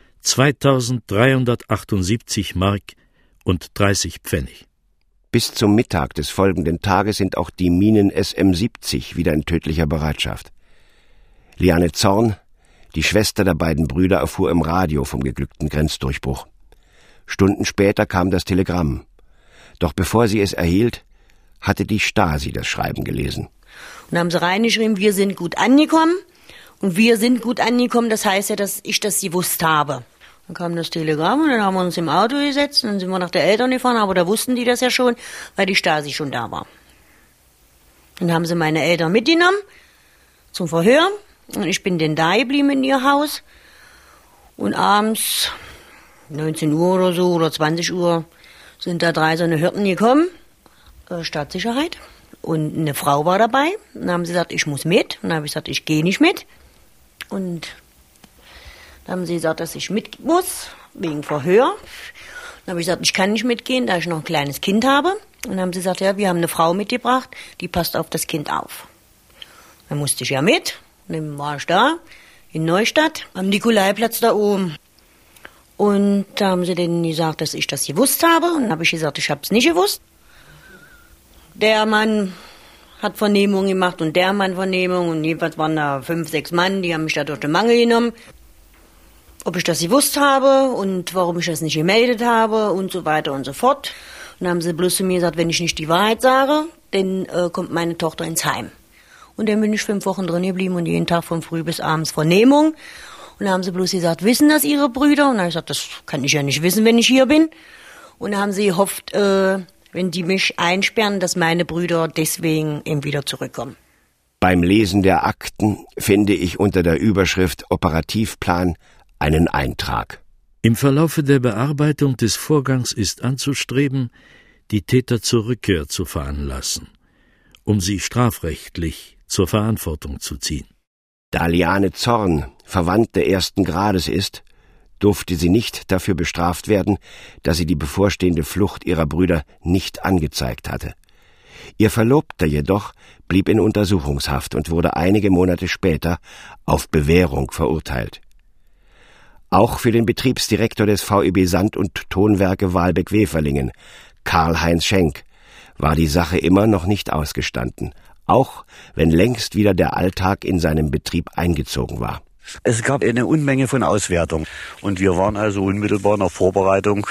2.378 Mark und 30 Pfennig. Bis zum Mittag des folgenden Tages sind auch die Minen SM70 wieder in tödlicher Bereitschaft. Liane Zorn, die Schwester der beiden Brüder, erfuhr im Radio vom geglückten Grenzdurchbruch. Stunden später kam das Telegramm. Doch bevor sie es erhielt, hatte die Stasi das Schreiben gelesen. Und dann haben sie reingeschrieben, wir sind gut angekommen. Und wir sind gut angekommen, das heißt ja, dass ich das gewusst habe. Dann kam das Telegramm und dann haben wir uns im Auto gesetzt und dann sind wir nach der Eltern gefahren, aber da wussten die das ja schon, weil die Stasi schon da war. Dann haben sie meine Eltern mitgenommen zum Verhör und ich bin dann da geblieben in ihr Haus. Und abends 19 Uhr oder so oder 20 Uhr sind da 3 so eine Hirten gekommen, Staatssicherheit, und eine Frau war dabei. Dann haben sie gesagt, ich muss mit. Und dann habe ich gesagt, ich gehe nicht mit. Und dann haben sie gesagt, dass ich mit muss, wegen Verhör. Dann habe ich gesagt, ich kann nicht mitgehen, da ich noch ein kleines Kind habe. Und dann haben sie gesagt, ja, wir haben eine Frau mitgebracht, die passt auf das Kind auf. Dann musste ich ja mit. Und dann war ich da, in Neustadt, am Nikolaiplatz da oben. Und da haben sie denen gesagt, dass ich das gewusst habe. Und dann habe ich gesagt, ich habe es nicht gewusst. Der Mann hat Vernehmung gemacht und der Mann Vernehmung. Und jedenfalls waren da 5, 6 Mann, die haben mich da durch den Mangel genommen. Ob ich das gewusst habe und warum ich das nicht gemeldet habe und so weiter und so fort. Und dann haben sie bloß zu mir gesagt, wenn ich nicht die Wahrheit sage, dann kommt meine Tochter ins Heim. Und dann bin ich 5 Wochen drin geblieben und jeden Tag von früh bis abends Vernehmung. Und dann haben sie bloß gesagt, wissen das ihre Brüder? Und dann habe ich gesagt, das kann ich ja nicht wissen, wenn ich hier bin. Und dann haben sie gehofft, wenn die mich einsperren, dass meine Brüder deswegen eben wieder zurückkommen. Beim Lesen der Akten finde ich unter der Überschrift Operativplan einen Eintrag. Im Verlaufe der Bearbeitung des Vorgangs ist anzustreben, die Täter zur Rückkehr zu veranlassen, um sie strafrechtlich zur Verantwortung zu ziehen. Da Liane Zorn Verwandte ersten Grades ist, durfte sie nicht dafür bestraft werden, dass sie die bevorstehende Flucht ihrer Brüder nicht angezeigt hatte. Ihr Verlobter jedoch blieb in Untersuchungshaft und wurde einige Monate später auf Bewährung verurteilt. Auch für den Betriebsdirektor des VEB Sand- und Tonwerke Wahlbeck-Weferlingen, Karl-Heinz Schenk, war die Sache immer noch nicht ausgestanden, auch wenn längst wieder der Alltag in seinem Betrieb eingezogen war. Es gab eine Unmenge von Auswertungen und wir waren also unmittelbar in der Vorbereitung.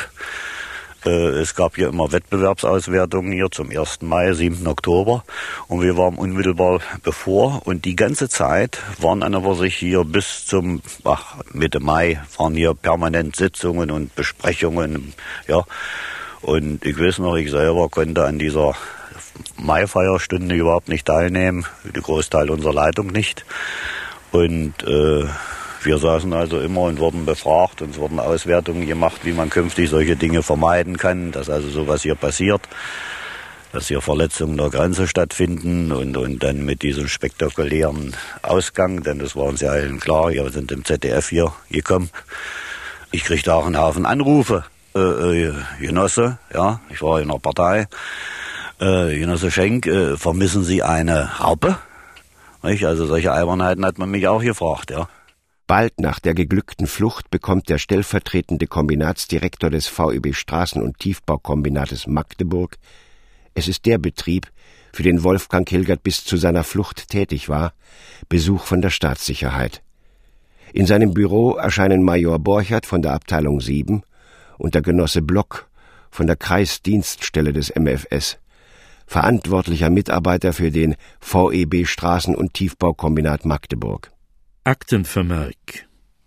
Es gab hier immer Wettbewerbsauswertungen hier zum 1. Mai, 7. Oktober und wir waren unmittelbar bevor und die ganze Zeit waren aber sich hier bis zum Mitte Mai waren hier permanent Sitzungen und Besprechungen, ja. Und ich weiß noch, ich selber konnte an dieser Mai-Feierstunde überhaupt nicht teilnehmen, der Großteil unserer Leitung nicht. Und wir saßen also immer und wurden befragt und es wurden Auswertungen gemacht, wie man künftig solche Dinge vermeiden kann, dass also sowas hier passiert, dass hier Verletzungen der Grenze stattfinden und dann mit diesem spektakulären Ausgang, denn das war uns ja allen klar, wir sind im ZDF hier gekommen. Ich kriegte auch einen Haufen Anrufe, Genosse, ja, ich war in der Partei, Genosse Schenk, vermissen Sie eine Raupe? Also solche Albernheiten hat man mich auch gefragt, ja. Bald nach der geglückten Flucht bekommt der stellvertretende Kombinatsdirektor des VEB Straßen- und Tiefbaukombinates Magdeburg, es ist der Betrieb, für den Wolfgang Hilgert bis zu seiner Flucht tätig war, Besuch von der Staatssicherheit. In seinem Büro erscheinen Major Borchert von der Abteilung 7 und der Genosse Block von der Kreisdienststelle des MFS, verantwortlicher Mitarbeiter für den VEB Straßen- und Tiefbaukombinat Magdeburg. Aktenvermerk.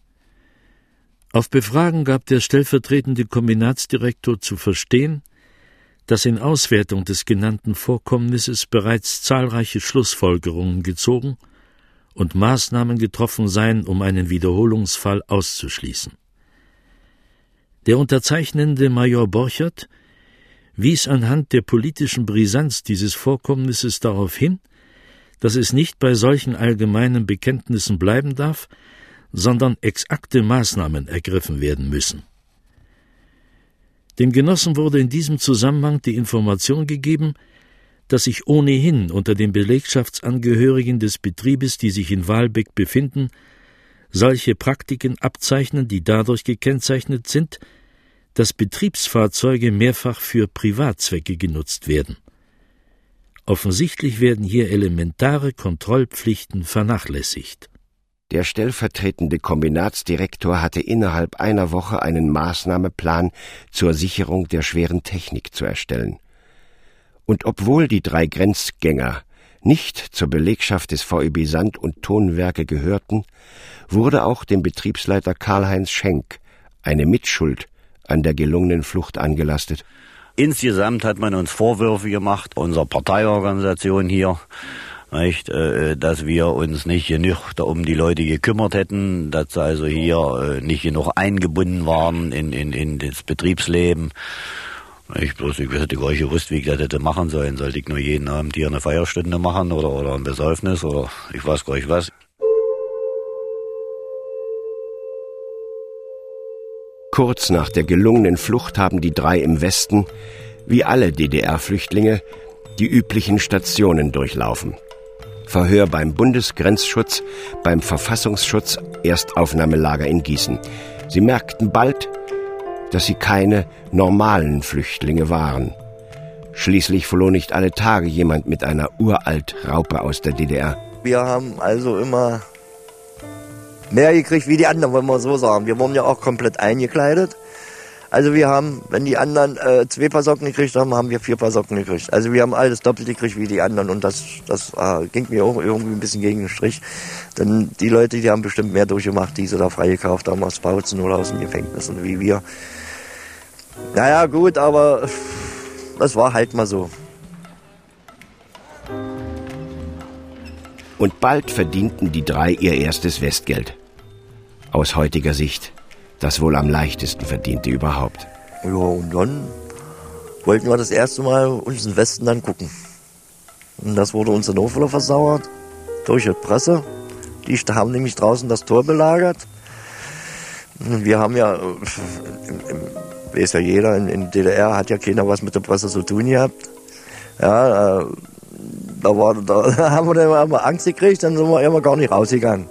Auf Befragen gab der stellvertretende Kombinatsdirektor zu verstehen, dass in Auswertung des genannten Vorkommnisses bereits zahlreiche Schlussfolgerungen gezogen und Maßnahmen getroffen seien, um einen Wiederholungsfall auszuschließen. Der unterzeichnende Major Borchert wies anhand der politischen Brisanz dieses Vorkommnisses darauf hin, dass es nicht bei solchen allgemeinen Bekenntnissen bleiben darf, sondern exakte Maßnahmen ergriffen werden müssen. Den Genossen wurde in diesem Zusammenhang die Information gegeben, dass sich ohnehin unter den Belegschaftsangehörigen des Betriebes, die sich in Wahlbeck befinden, solche Praktiken abzeichnen, die dadurch gekennzeichnet sind, dass Betriebsfahrzeuge mehrfach für Privatzwecke genutzt werden. Offensichtlich werden hier elementare Kontrollpflichten vernachlässigt. Der stellvertretende Kombinatsdirektor hatte innerhalb einer Woche einen Maßnahmeplan zur Sicherung der schweren Technik zu erstellen. Und obwohl die 3 Grenzgänger nicht zur Belegschaft des VEB Sand- und Tonwerke gehörten, wurde auch dem Betriebsleiter Karl-Heinz Schenk eine Mitschuld an der gelungenen Flucht angelastet. Insgesamt hat man uns Vorwürfe gemacht, unserer Parteiorganisation hier, nicht, dass wir uns nicht genug um die Leute gekümmert hätten, dass sie also hier nicht genug eingebunden waren in das Betriebsleben. Ich hätte gar nicht gewusst, wie ich das hätte machen sollen. Sollte ich nur jeden Abend hier eine Feierstunde machen oder ein Besäufnis oder ich weiß gar nicht was. Kurz nach der gelungenen Flucht haben die 3 im Westen, wie alle DDR-Flüchtlinge, die üblichen Stationen durchlaufen. Verhör beim Bundesgrenzschutz, beim Verfassungsschutz, Erstaufnahmelager in Gießen. Sie merkten bald, dass sie keine normalen Flüchtlinge waren. Schließlich floh nicht alle Tage jemand mit einer Uralt-Raupe aus der DDR. Wir haben also immer mehr gekriegt wie die anderen, wollen wir so sagen. Wir wurden ja auch komplett eingekleidet. Also wir haben, wenn die anderen 2 Paar Socken gekriegt haben, haben wir 4 Paar Socken gekriegt. Also wir haben alles doppelt gekriegt wie die anderen und das ging mir auch irgendwie ein bisschen gegen den Strich. Denn die Leute, die haben bestimmt mehr durchgemacht, die sie da freigekauft haben aus Bautzen oder aus den Gefängnissen wie wir. Naja gut, aber das war halt mal so. Und bald verdienten die drei ihr erstes Westgeld. Aus heutiger Sicht das wohl am leichtesten verdiente überhaupt. Ja, und dann wollten wir das erste Mal uns den Westen angucken. Und das wurde uns in Hannover versauert durch die Presse. Die haben nämlich draußen das Tor belagert. Und wir haben ja, weiß ja jeder, in DDR hat ja keiner was mit der Presse zu tun gehabt. Ja, da haben wir dann immer Angst gekriegt, dann sind wir immer gar nicht rausgegangen.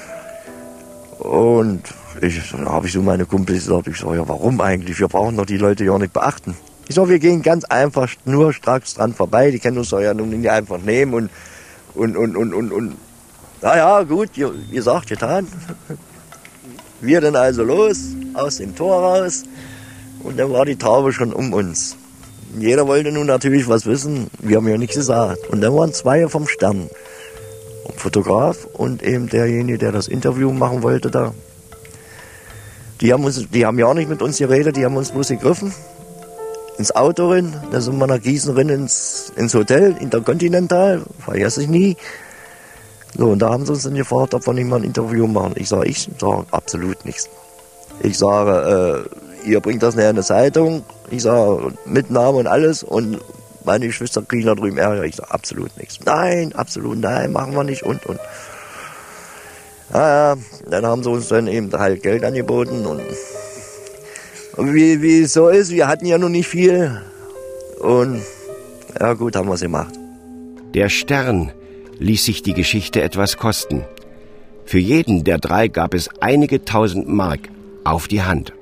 Und da habe ich so meine Kumpels gesagt, ich sage, ja, warum eigentlich? Wir brauchen doch die Leute ja nicht beachten. Ich sage, wir gehen ganz einfach nur stracks dran vorbei, die können uns doch ja nun nicht einfach nehmen und naja, gut, wie gesagt, getan. Wir dann also los, aus dem Tor raus und dann war die Traube schon um uns. Jeder wollte nun natürlich was wissen, wir haben ja nichts gesagt. Und dann waren zwei vom Stern, ein Fotograf und eben derjenige, der das Interview machen wollte da. Die haben ja auch nicht mit uns geredet, die haben uns bloß gegriffen, ins Auto rein, da sind wir nach Gießen rein ins Hotel, Intercontinental, vergesse ich nie. So, und da haben sie uns dann gefragt, ob wir nicht mal ein Interview machen. Ich sage absolut nichts. Ich sage, ihr bringt das nachher in eine Zeitung, ich sage, mit Name und alles und meine Geschwister kriegen da drüben Ärger. Ich sage, absolut nichts. Nein, absolut, nein, machen wir nicht und. Ja, dann haben sie uns dann eben halt Geld angeboten und wie es so ist, wir hatten ja noch nicht viel und ja gut, haben wir es gemacht. Der Stern ließ sich die Geschichte etwas kosten. Für jeden der drei gab es einige tausend Mark auf die Hand.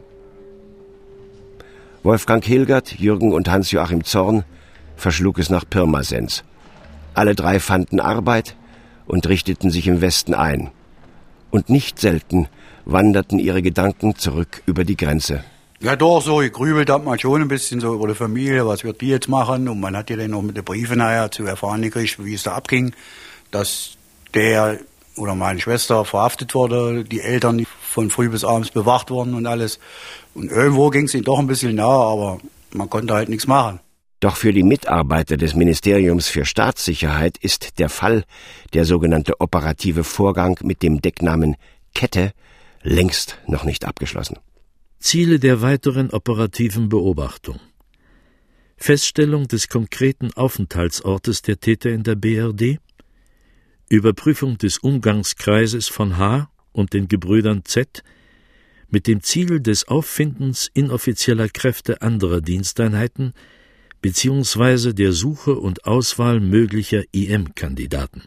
Wolfgang Hilgert, Jürgen und Hans-Joachim Zorn verschlug es nach Pirmasens. Alle drei fanden Arbeit und richteten sich im Westen ein. Und nicht selten wanderten ihre Gedanken zurück über die Grenze. Ja doch, so gegrübelt hat man schon ein bisschen so über die Familie, was wird die jetzt machen? Und man hat ja dann noch mit den Briefen nachher zu erfahren gekriegt, wie es da abging, dass der oder meine Schwester verhaftet wurde, die Eltern von früh bis abends bewacht wurden und alles. Und irgendwo ging es ihnen doch ein bisschen nahe, aber man konnte halt nichts machen. Doch für die Mitarbeiter des Ministeriums für Staatssicherheit ist der Fall, der sogenannte operative Vorgang mit dem Decknamen Kette, längst noch nicht abgeschlossen. Ziele der weiteren operativen Beobachtung: Feststellung des konkreten Aufenthaltsortes der Täter in der BRD, Überprüfung des Umgangskreises von H. und den Gebrüdern Z. mit dem Ziel des Auffindens inoffizieller Kräfte anderer Diensteinheiten beziehungsweise der Suche und Auswahl möglicher IM-Kandidaten.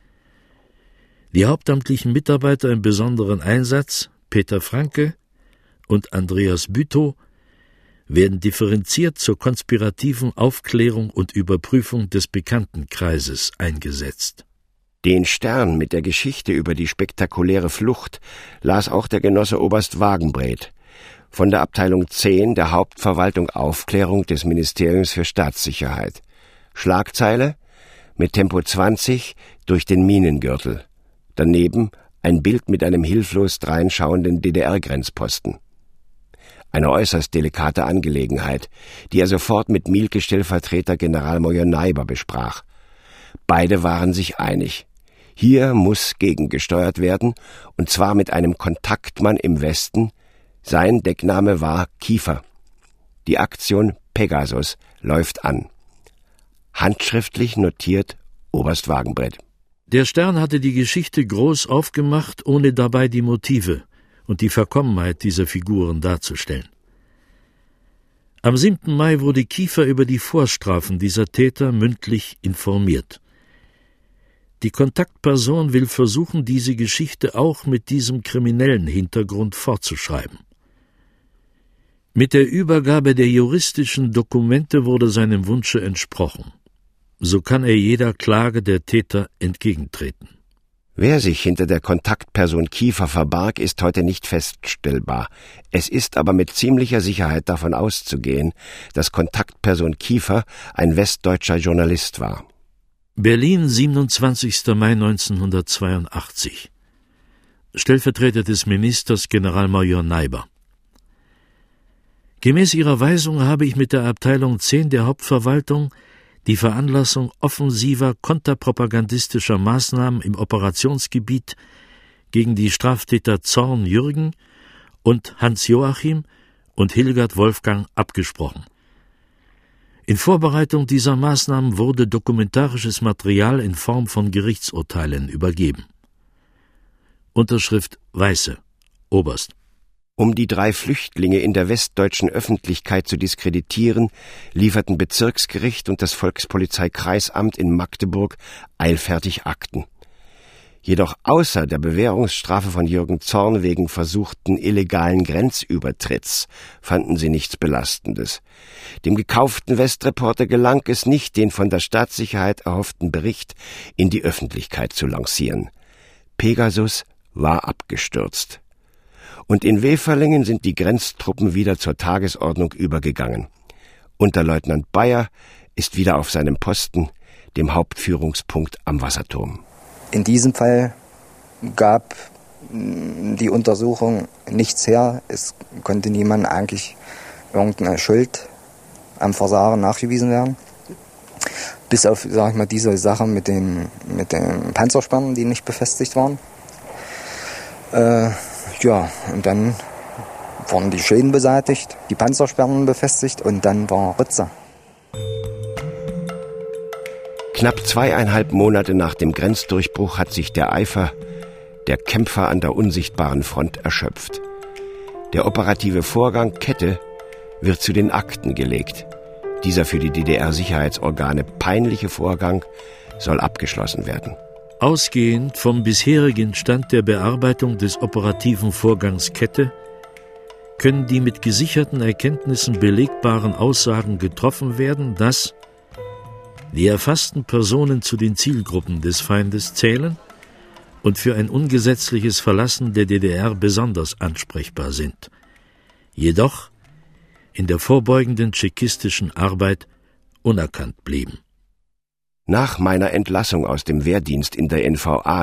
Die hauptamtlichen Mitarbeiter im besonderen Einsatz, Peter Franke und Andreas Bütow, werden differenziert zur konspirativen Aufklärung und Überprüfung des Bekanntenkreises eingesetzt. Den Stern mit der Geschichte über die spektakuläre Flucht las auch der Genosse Oberst Wagenbreth von der Abteilung 10 der Hauptverwaltung Aufklärung des Ministeriums für Staatssicherheit. Schlagzeile: mit Tempo 20 durch den Minengürtel. Daneben ein Bild mit einem hilflos dreinschauenden DDR-Grenzposten. Eine äußerst delikate Angelegenheit, die er sofort mit Mielke-Stellvertreter Generalmajor Neiber besprach. Beide waren sich einig. Hier muss gegengesteuert werden, und zwar mit einem Kontaktmann im Westen. Sein Deckname war Kiefer. Die Aktion Pegasus läuft an. Handschriftlich notiert Oberst Wagenbreth. Der Stern hatte die Geschichte groß aufgemacht, ohne dabei die Motive und die Verkommenheit dieser Figuren darzustellen. Am 7. Mai wurde Kiefer über die Vorstrafen dieser Täter mündlich informiert. Die Kontaktperson will versuchen, diese Geschichte auch mit diesem kriminellen Hintergrund fortzuschreiben. Mit der Übergabe der juristischen Dokumente wurde seinem Wunsche entsprochen. So kann er jeder Klage der Täter entgegentreten. Wer sich hinter der Kontaktperson Kiefer verbarg, ist heute nicht feststellbar. Es ist aber mit ziemlicher Sicherheit davon auszugehen, dass Kontaktperson Kiefer ein westdeutscher Journalist war. Berlin, 27. Mai 1982. Stellvertreter des Ministers Generalmajor Neiber. Gemäß Ihrer Weisung habe ich mit der Abteilung 10 der Hauptverwaltung die Veranlassung offensiver konterpropagandistischer Maßnahmen im Operationsgebiet gegen die Straftäter Zorn Jürgen und Hans Joachim und Hilgard Wolfgang abgesprochen. In Vorbereitung dieser Maßnahmen wurde dokumentarisches Material in Form von Gerichtsurteilen übergeben. Unterschrift Weiße, Oberst. Um die 3 Flüchtlinge in der westdeutschen Öffentlichkeit zu diskreditieren, lieferten Bezirksgericht und das Volkspolizeikreisamt in Magdeburg eilfertig Akten. Jedoch außer der Bewährungsstrafe von Jürgen Zorn wegen versuchten illegalen Grenzübertritts fanden sie nichts Belastendes. Dem gekauften Westreporter gelang es nicht, den von der Staatssicherheit erhofften Bericht in die Öffentlichkeit zu lancieren. Pegasus war abgestürzt. Und in Weferlingen sind die Grenztruppen wieder zur Tagesordnung übergegangen. Unterleutnant Bayer ist wieder auf seinem Posten, dem Hauptführungspunkt am Wasserturm. In diesem Fall gab die Untersuchung nichts her. Es konnte niemand eigentlich irgendeine Schuld am Versagen nachgewiesen werden. Bis auf, sag ich mal, diese Sache mit den Panzersperren, die nicht befestigt waren. Und dann wurden die Schäden beseitigt, die Panzersperren befestigt und dann war Ritze. Knapp 2,5 Monate nach dem Grenzdurchbruch hat sich der Eifer der Kämpfer an der unsichtbaren Front erschöpft. Der operative Vorgang Kette wird zu den Akten gelegt. Dieser für die DDR-Sicherheitsorgane peinliche Vorgang soll abgeschlossen werden. Ausgehend vom bisherigen Stand der Bearbeitung des operativen Vorgangs Kette können die mit gesicherten Erkenntnissen belegbaren Aussagen getroffen werden, dass die erfassten Personen zu den Zielgruppen des Feindes zählen und für ein ungesetzliches Verlassen der DDR besonders ansprechbar sind, jedoch in der vorbeugenden tschechistischen Arbeit unerkannt blieben. Nach meiner Entlassung aus dem Wehrdienst in der NVA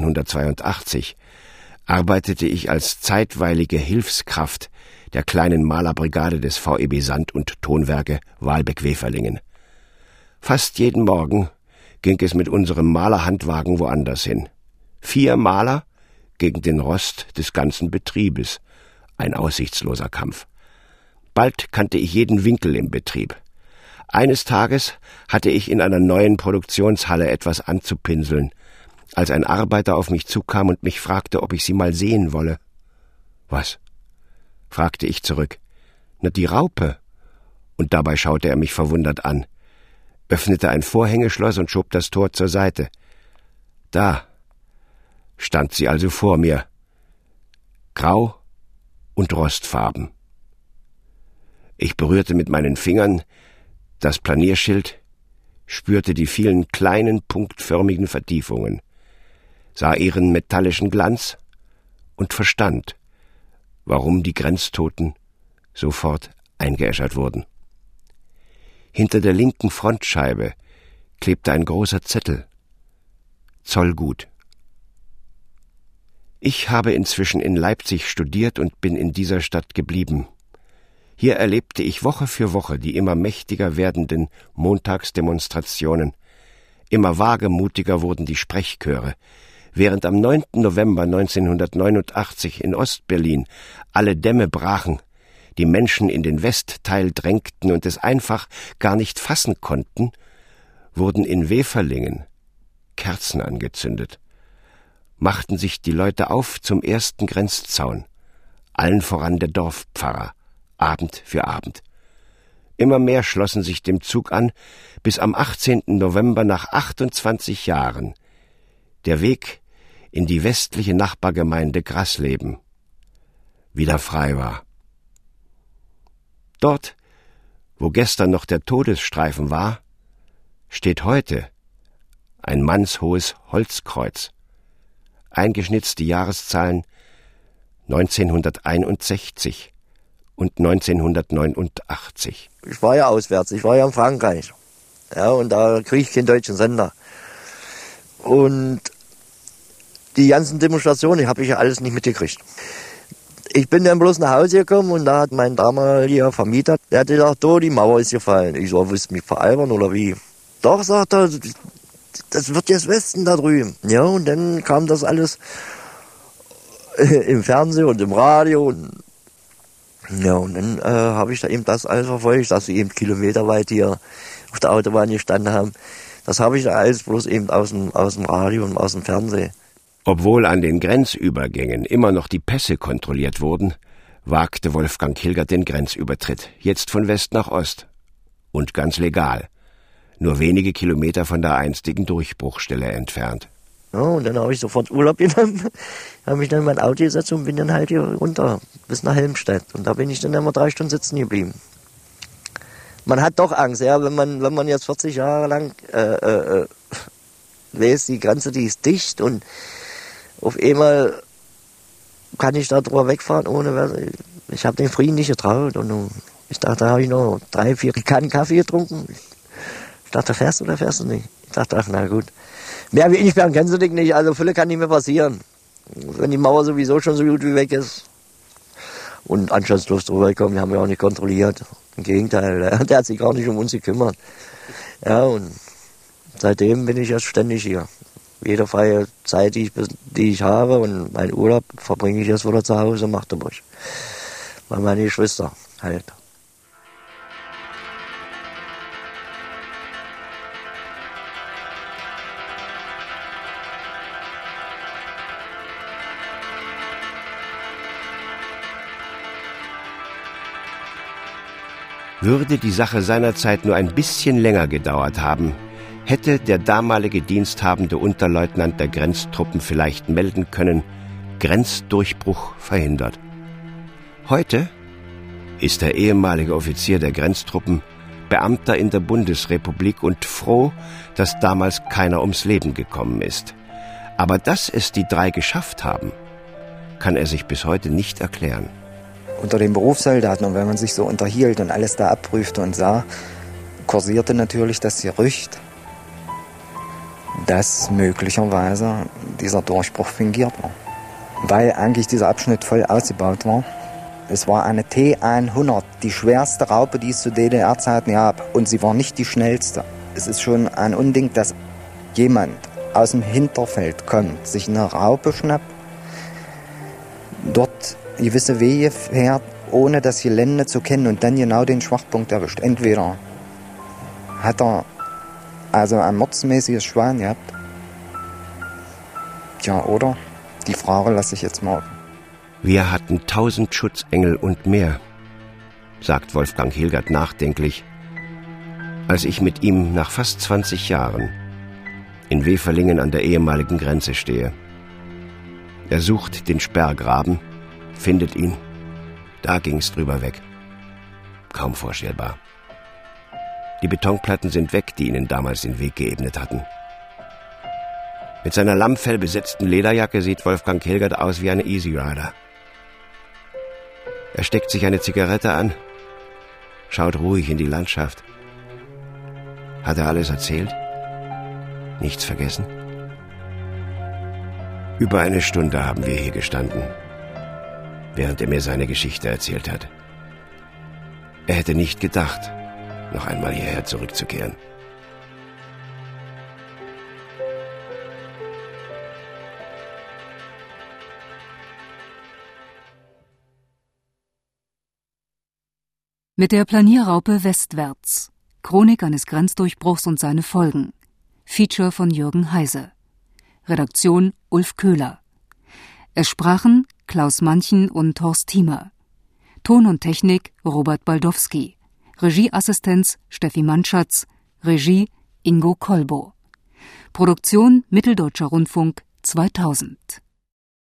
1982 arbeitete ich als zeitweilige Hilfskraft der kleinen Malerbrigade des VEB Sand- und Tonwerke Wahlbeck-Weferlingen. Fast jeden Morgen ging es mit unserem Malerhandwagen woanders hin. 4 Maler gegen den Rost des ganzen Betriebes. Ein aussichtsloser Kampf. Bald kannte ich jeden Winkel im Betrieb. Eines Tages hatte ich in einer neuen Produktionshalle etwas anzupinseln, als ein Arbeiter auf mich zukam und mich fragte, ob ich sie mal sehen wolle. »Was?« fragte ich zurück. »Na, die Raupe.« Und dabei schaute er mich verwundert an, öffnete ein Vorhängeschloss und schob das Tor zur Seite. Da stand sie also vor mir, grau und rostfarben. Ich berührte mit meinen Fingern das Planierschild, spürte die vielen kleinen, punktförmigen Vertiefungen, sah ihren metallischen Glanz und verstand, warum die Grenztoten sofort eingeäschert wurden. Hinter der linken Frontscheibe klebte ein großer Zettel. Zollgut. Ich habe inzwischen in Leipzig studiert und bin in dieser Stadt geblieben. Hier erlebte ich Woche für Woche die immer mächtiger werdenden Montagsdemonstrationen. Immer wagemutiger wurden die Sprechchöre. Während am 9. November 1989 in Ostberlin alle Dämme brachen, die Menschen in den Westteil drängten und es einfach gar nicht fassen konnten, wurden in Weferlingen Kerzen angezündet, machten sich die Leute auf zum ersten Grenzzaun, allen voran der Dorfpfarrer, Abend für Abend. Immer mehr schlossen sich dem Zug an, bis am 18. November nach 28 Jahren der Weg in die westliche Nachbargemeinde Grasleben wieder frei war. Dort, wo gestern noch der Todesstreifen war, steht heute ein mannshohes Holzkreuz. Eingeschnitzt die Jahreszahlen 1961 und 1989. Ich war ja auswärts, ich war ja in Frankreich. Ja, und da kriege ich keinen deutschen Sender. Und die ganzen Demonstrationen habe ich ja alles nicht mitgekriegt. Ich bin dann bloß nach Hause gekommen und da hat mein damaliger Vermieter, der hat gesagt, die Mauer ist gefallen. Ich so, willst du mich veralbern oder wie? Doch, sagt er, das wird jetzt Westen da drüben. Ja, und dann kam das alles im Fernsehen und im Radio. Und dann habe ich da eben das alles verfolgt, dass sie eben kilometerweit hier auf der Autobahn gestanden haben. Das habe ich da alles bloß eben aus dem Radio und aus dem Fernsehen. Obwohl an den Grenzübergängen immer noch die Pässe kontrolliert wurden, wagte Wolfgang Hilgert den Grenzübertritt, jetzt von West nach Ost. Und ganz legal. Nur wenige Kilometer von der einstigen Durchbruchstelle entfernt. Ja, und dann habe ich sofort Urlaub genommen, habe mich dann in mein Auto gesetzt und bin dann halt hier runter bis nach Helmstedt. Und da bin ich dann immer 3 Stunden sitzen geblieben. Man hat doch Angst, ja, wenn man jetzt 40 Jahre lang weiß, die Grenze, die ist dicht und auf einmal kann ich da drüber wegfahren ohne. Ich habe den Frieden nicht getraut und ich dachte, da habe ich noch 3, 4 Kannen Kaffee getrunken. Ich dachte, fährst du oder fährst du nicht? Ich dachte, ach, na gut. Mehr wie ich werden kennst du dich nicht, also Fülle kann nicht mehr passieren. Wenn die Mauer sowieso schon so gut wie weg ist. Und Anstandsluft drüber gekommen, die haben wir auch nicht kontrolliert. Im Gegenteil, der hat sich gar nicht um uns gekümmert. Ja, und seitdem bin ich jetzt ständig hier. Jede freie Zeit, die ich habe und meinen Urlaub verbringe ich jetzt wieder zu Hause in Magdeburg. Bei meiner Geschwister halt. Würde die Sache seinerzeit nur ein bisschen länger gedauert haben, hätte der damalige diensthabende Unterleutnant der Grenztruppen vielleicht melden können, Grenzdurchbruch verhindert. Heute ist der ehemalige Offizier der Grenztruppen Beamter in der Bundesrepublik und froh, dass damals keiner ums Leben gekommen ist. Aber dass es die 3 geschafft haben, kann er sich bis heute nicht erklären. Unter den Berufssoldaten, und wenn man sich so unterhielt und alles da abprüfte und sah, kursierte natürlich das Gerücht, dass möglicherweise dieser Durchbruch fingiert war. Weil eigentlich dieser Abschnitt voll ausgebaut war. Es war eine T100, die schwerste Raupe, die es zu DDR-Zeiten gab. Und sie war nicht die schnellste. Es ist schon ein Unding, dass jemand aus dem Hinterfeld kommt, sich eine Raupe schnappt, dort gewisse Wege fährt, ohne das Gelände zu kennen und dann genau den Schwachpunkt erwischt. Entweder hat er also ein mordsmäßiges Schwein gehabt, ja, oder? Die Frage lasse ich jetzt mal. Wir hatten 1000 Schutzengel und mehr, sagt Wolfgang Hilgert nachdenklich, als ich mit ihm nach fast 20 Jahren in Weferlingen an der ehemaligen Grenze stehe. Er sucht den Sperrgraben, findet ihn. Da ging's drüber weg. Kaum vorstellbar. Die Betonplatten sind weg, die ihnen damals den Weg geebnet hatten. Mit seiner lammfellbesetzten Lederjacke sieht Wolfgang Hilgert aus wie ein Easy Rider. Er steckt sich eine Zigarette an, schaut ruhig in die Landschaft. Hat er alles erzählt? Nichts vergessen? Über eine Stunde haben wir hier gestanden, während er mir seine Geschichte erzählt hat. Er hätte nicht gedacht, noch einmal hierher zurückzukehren. Mit der Planierraupe westwärts. Chronik eines Grenzdurchbruchs und seine Folgen. Feature von Jürgen Heise. Redaktion Ulf Köhler. Es sprachen Klaus Manchen und Horst Thiemer. Ton und Technik Robert Baldowski. Regieassistenz Steffi Manschatz. Regie Ingo Kolbo. Produktion Mitteldeutscher Rundfunk 2000.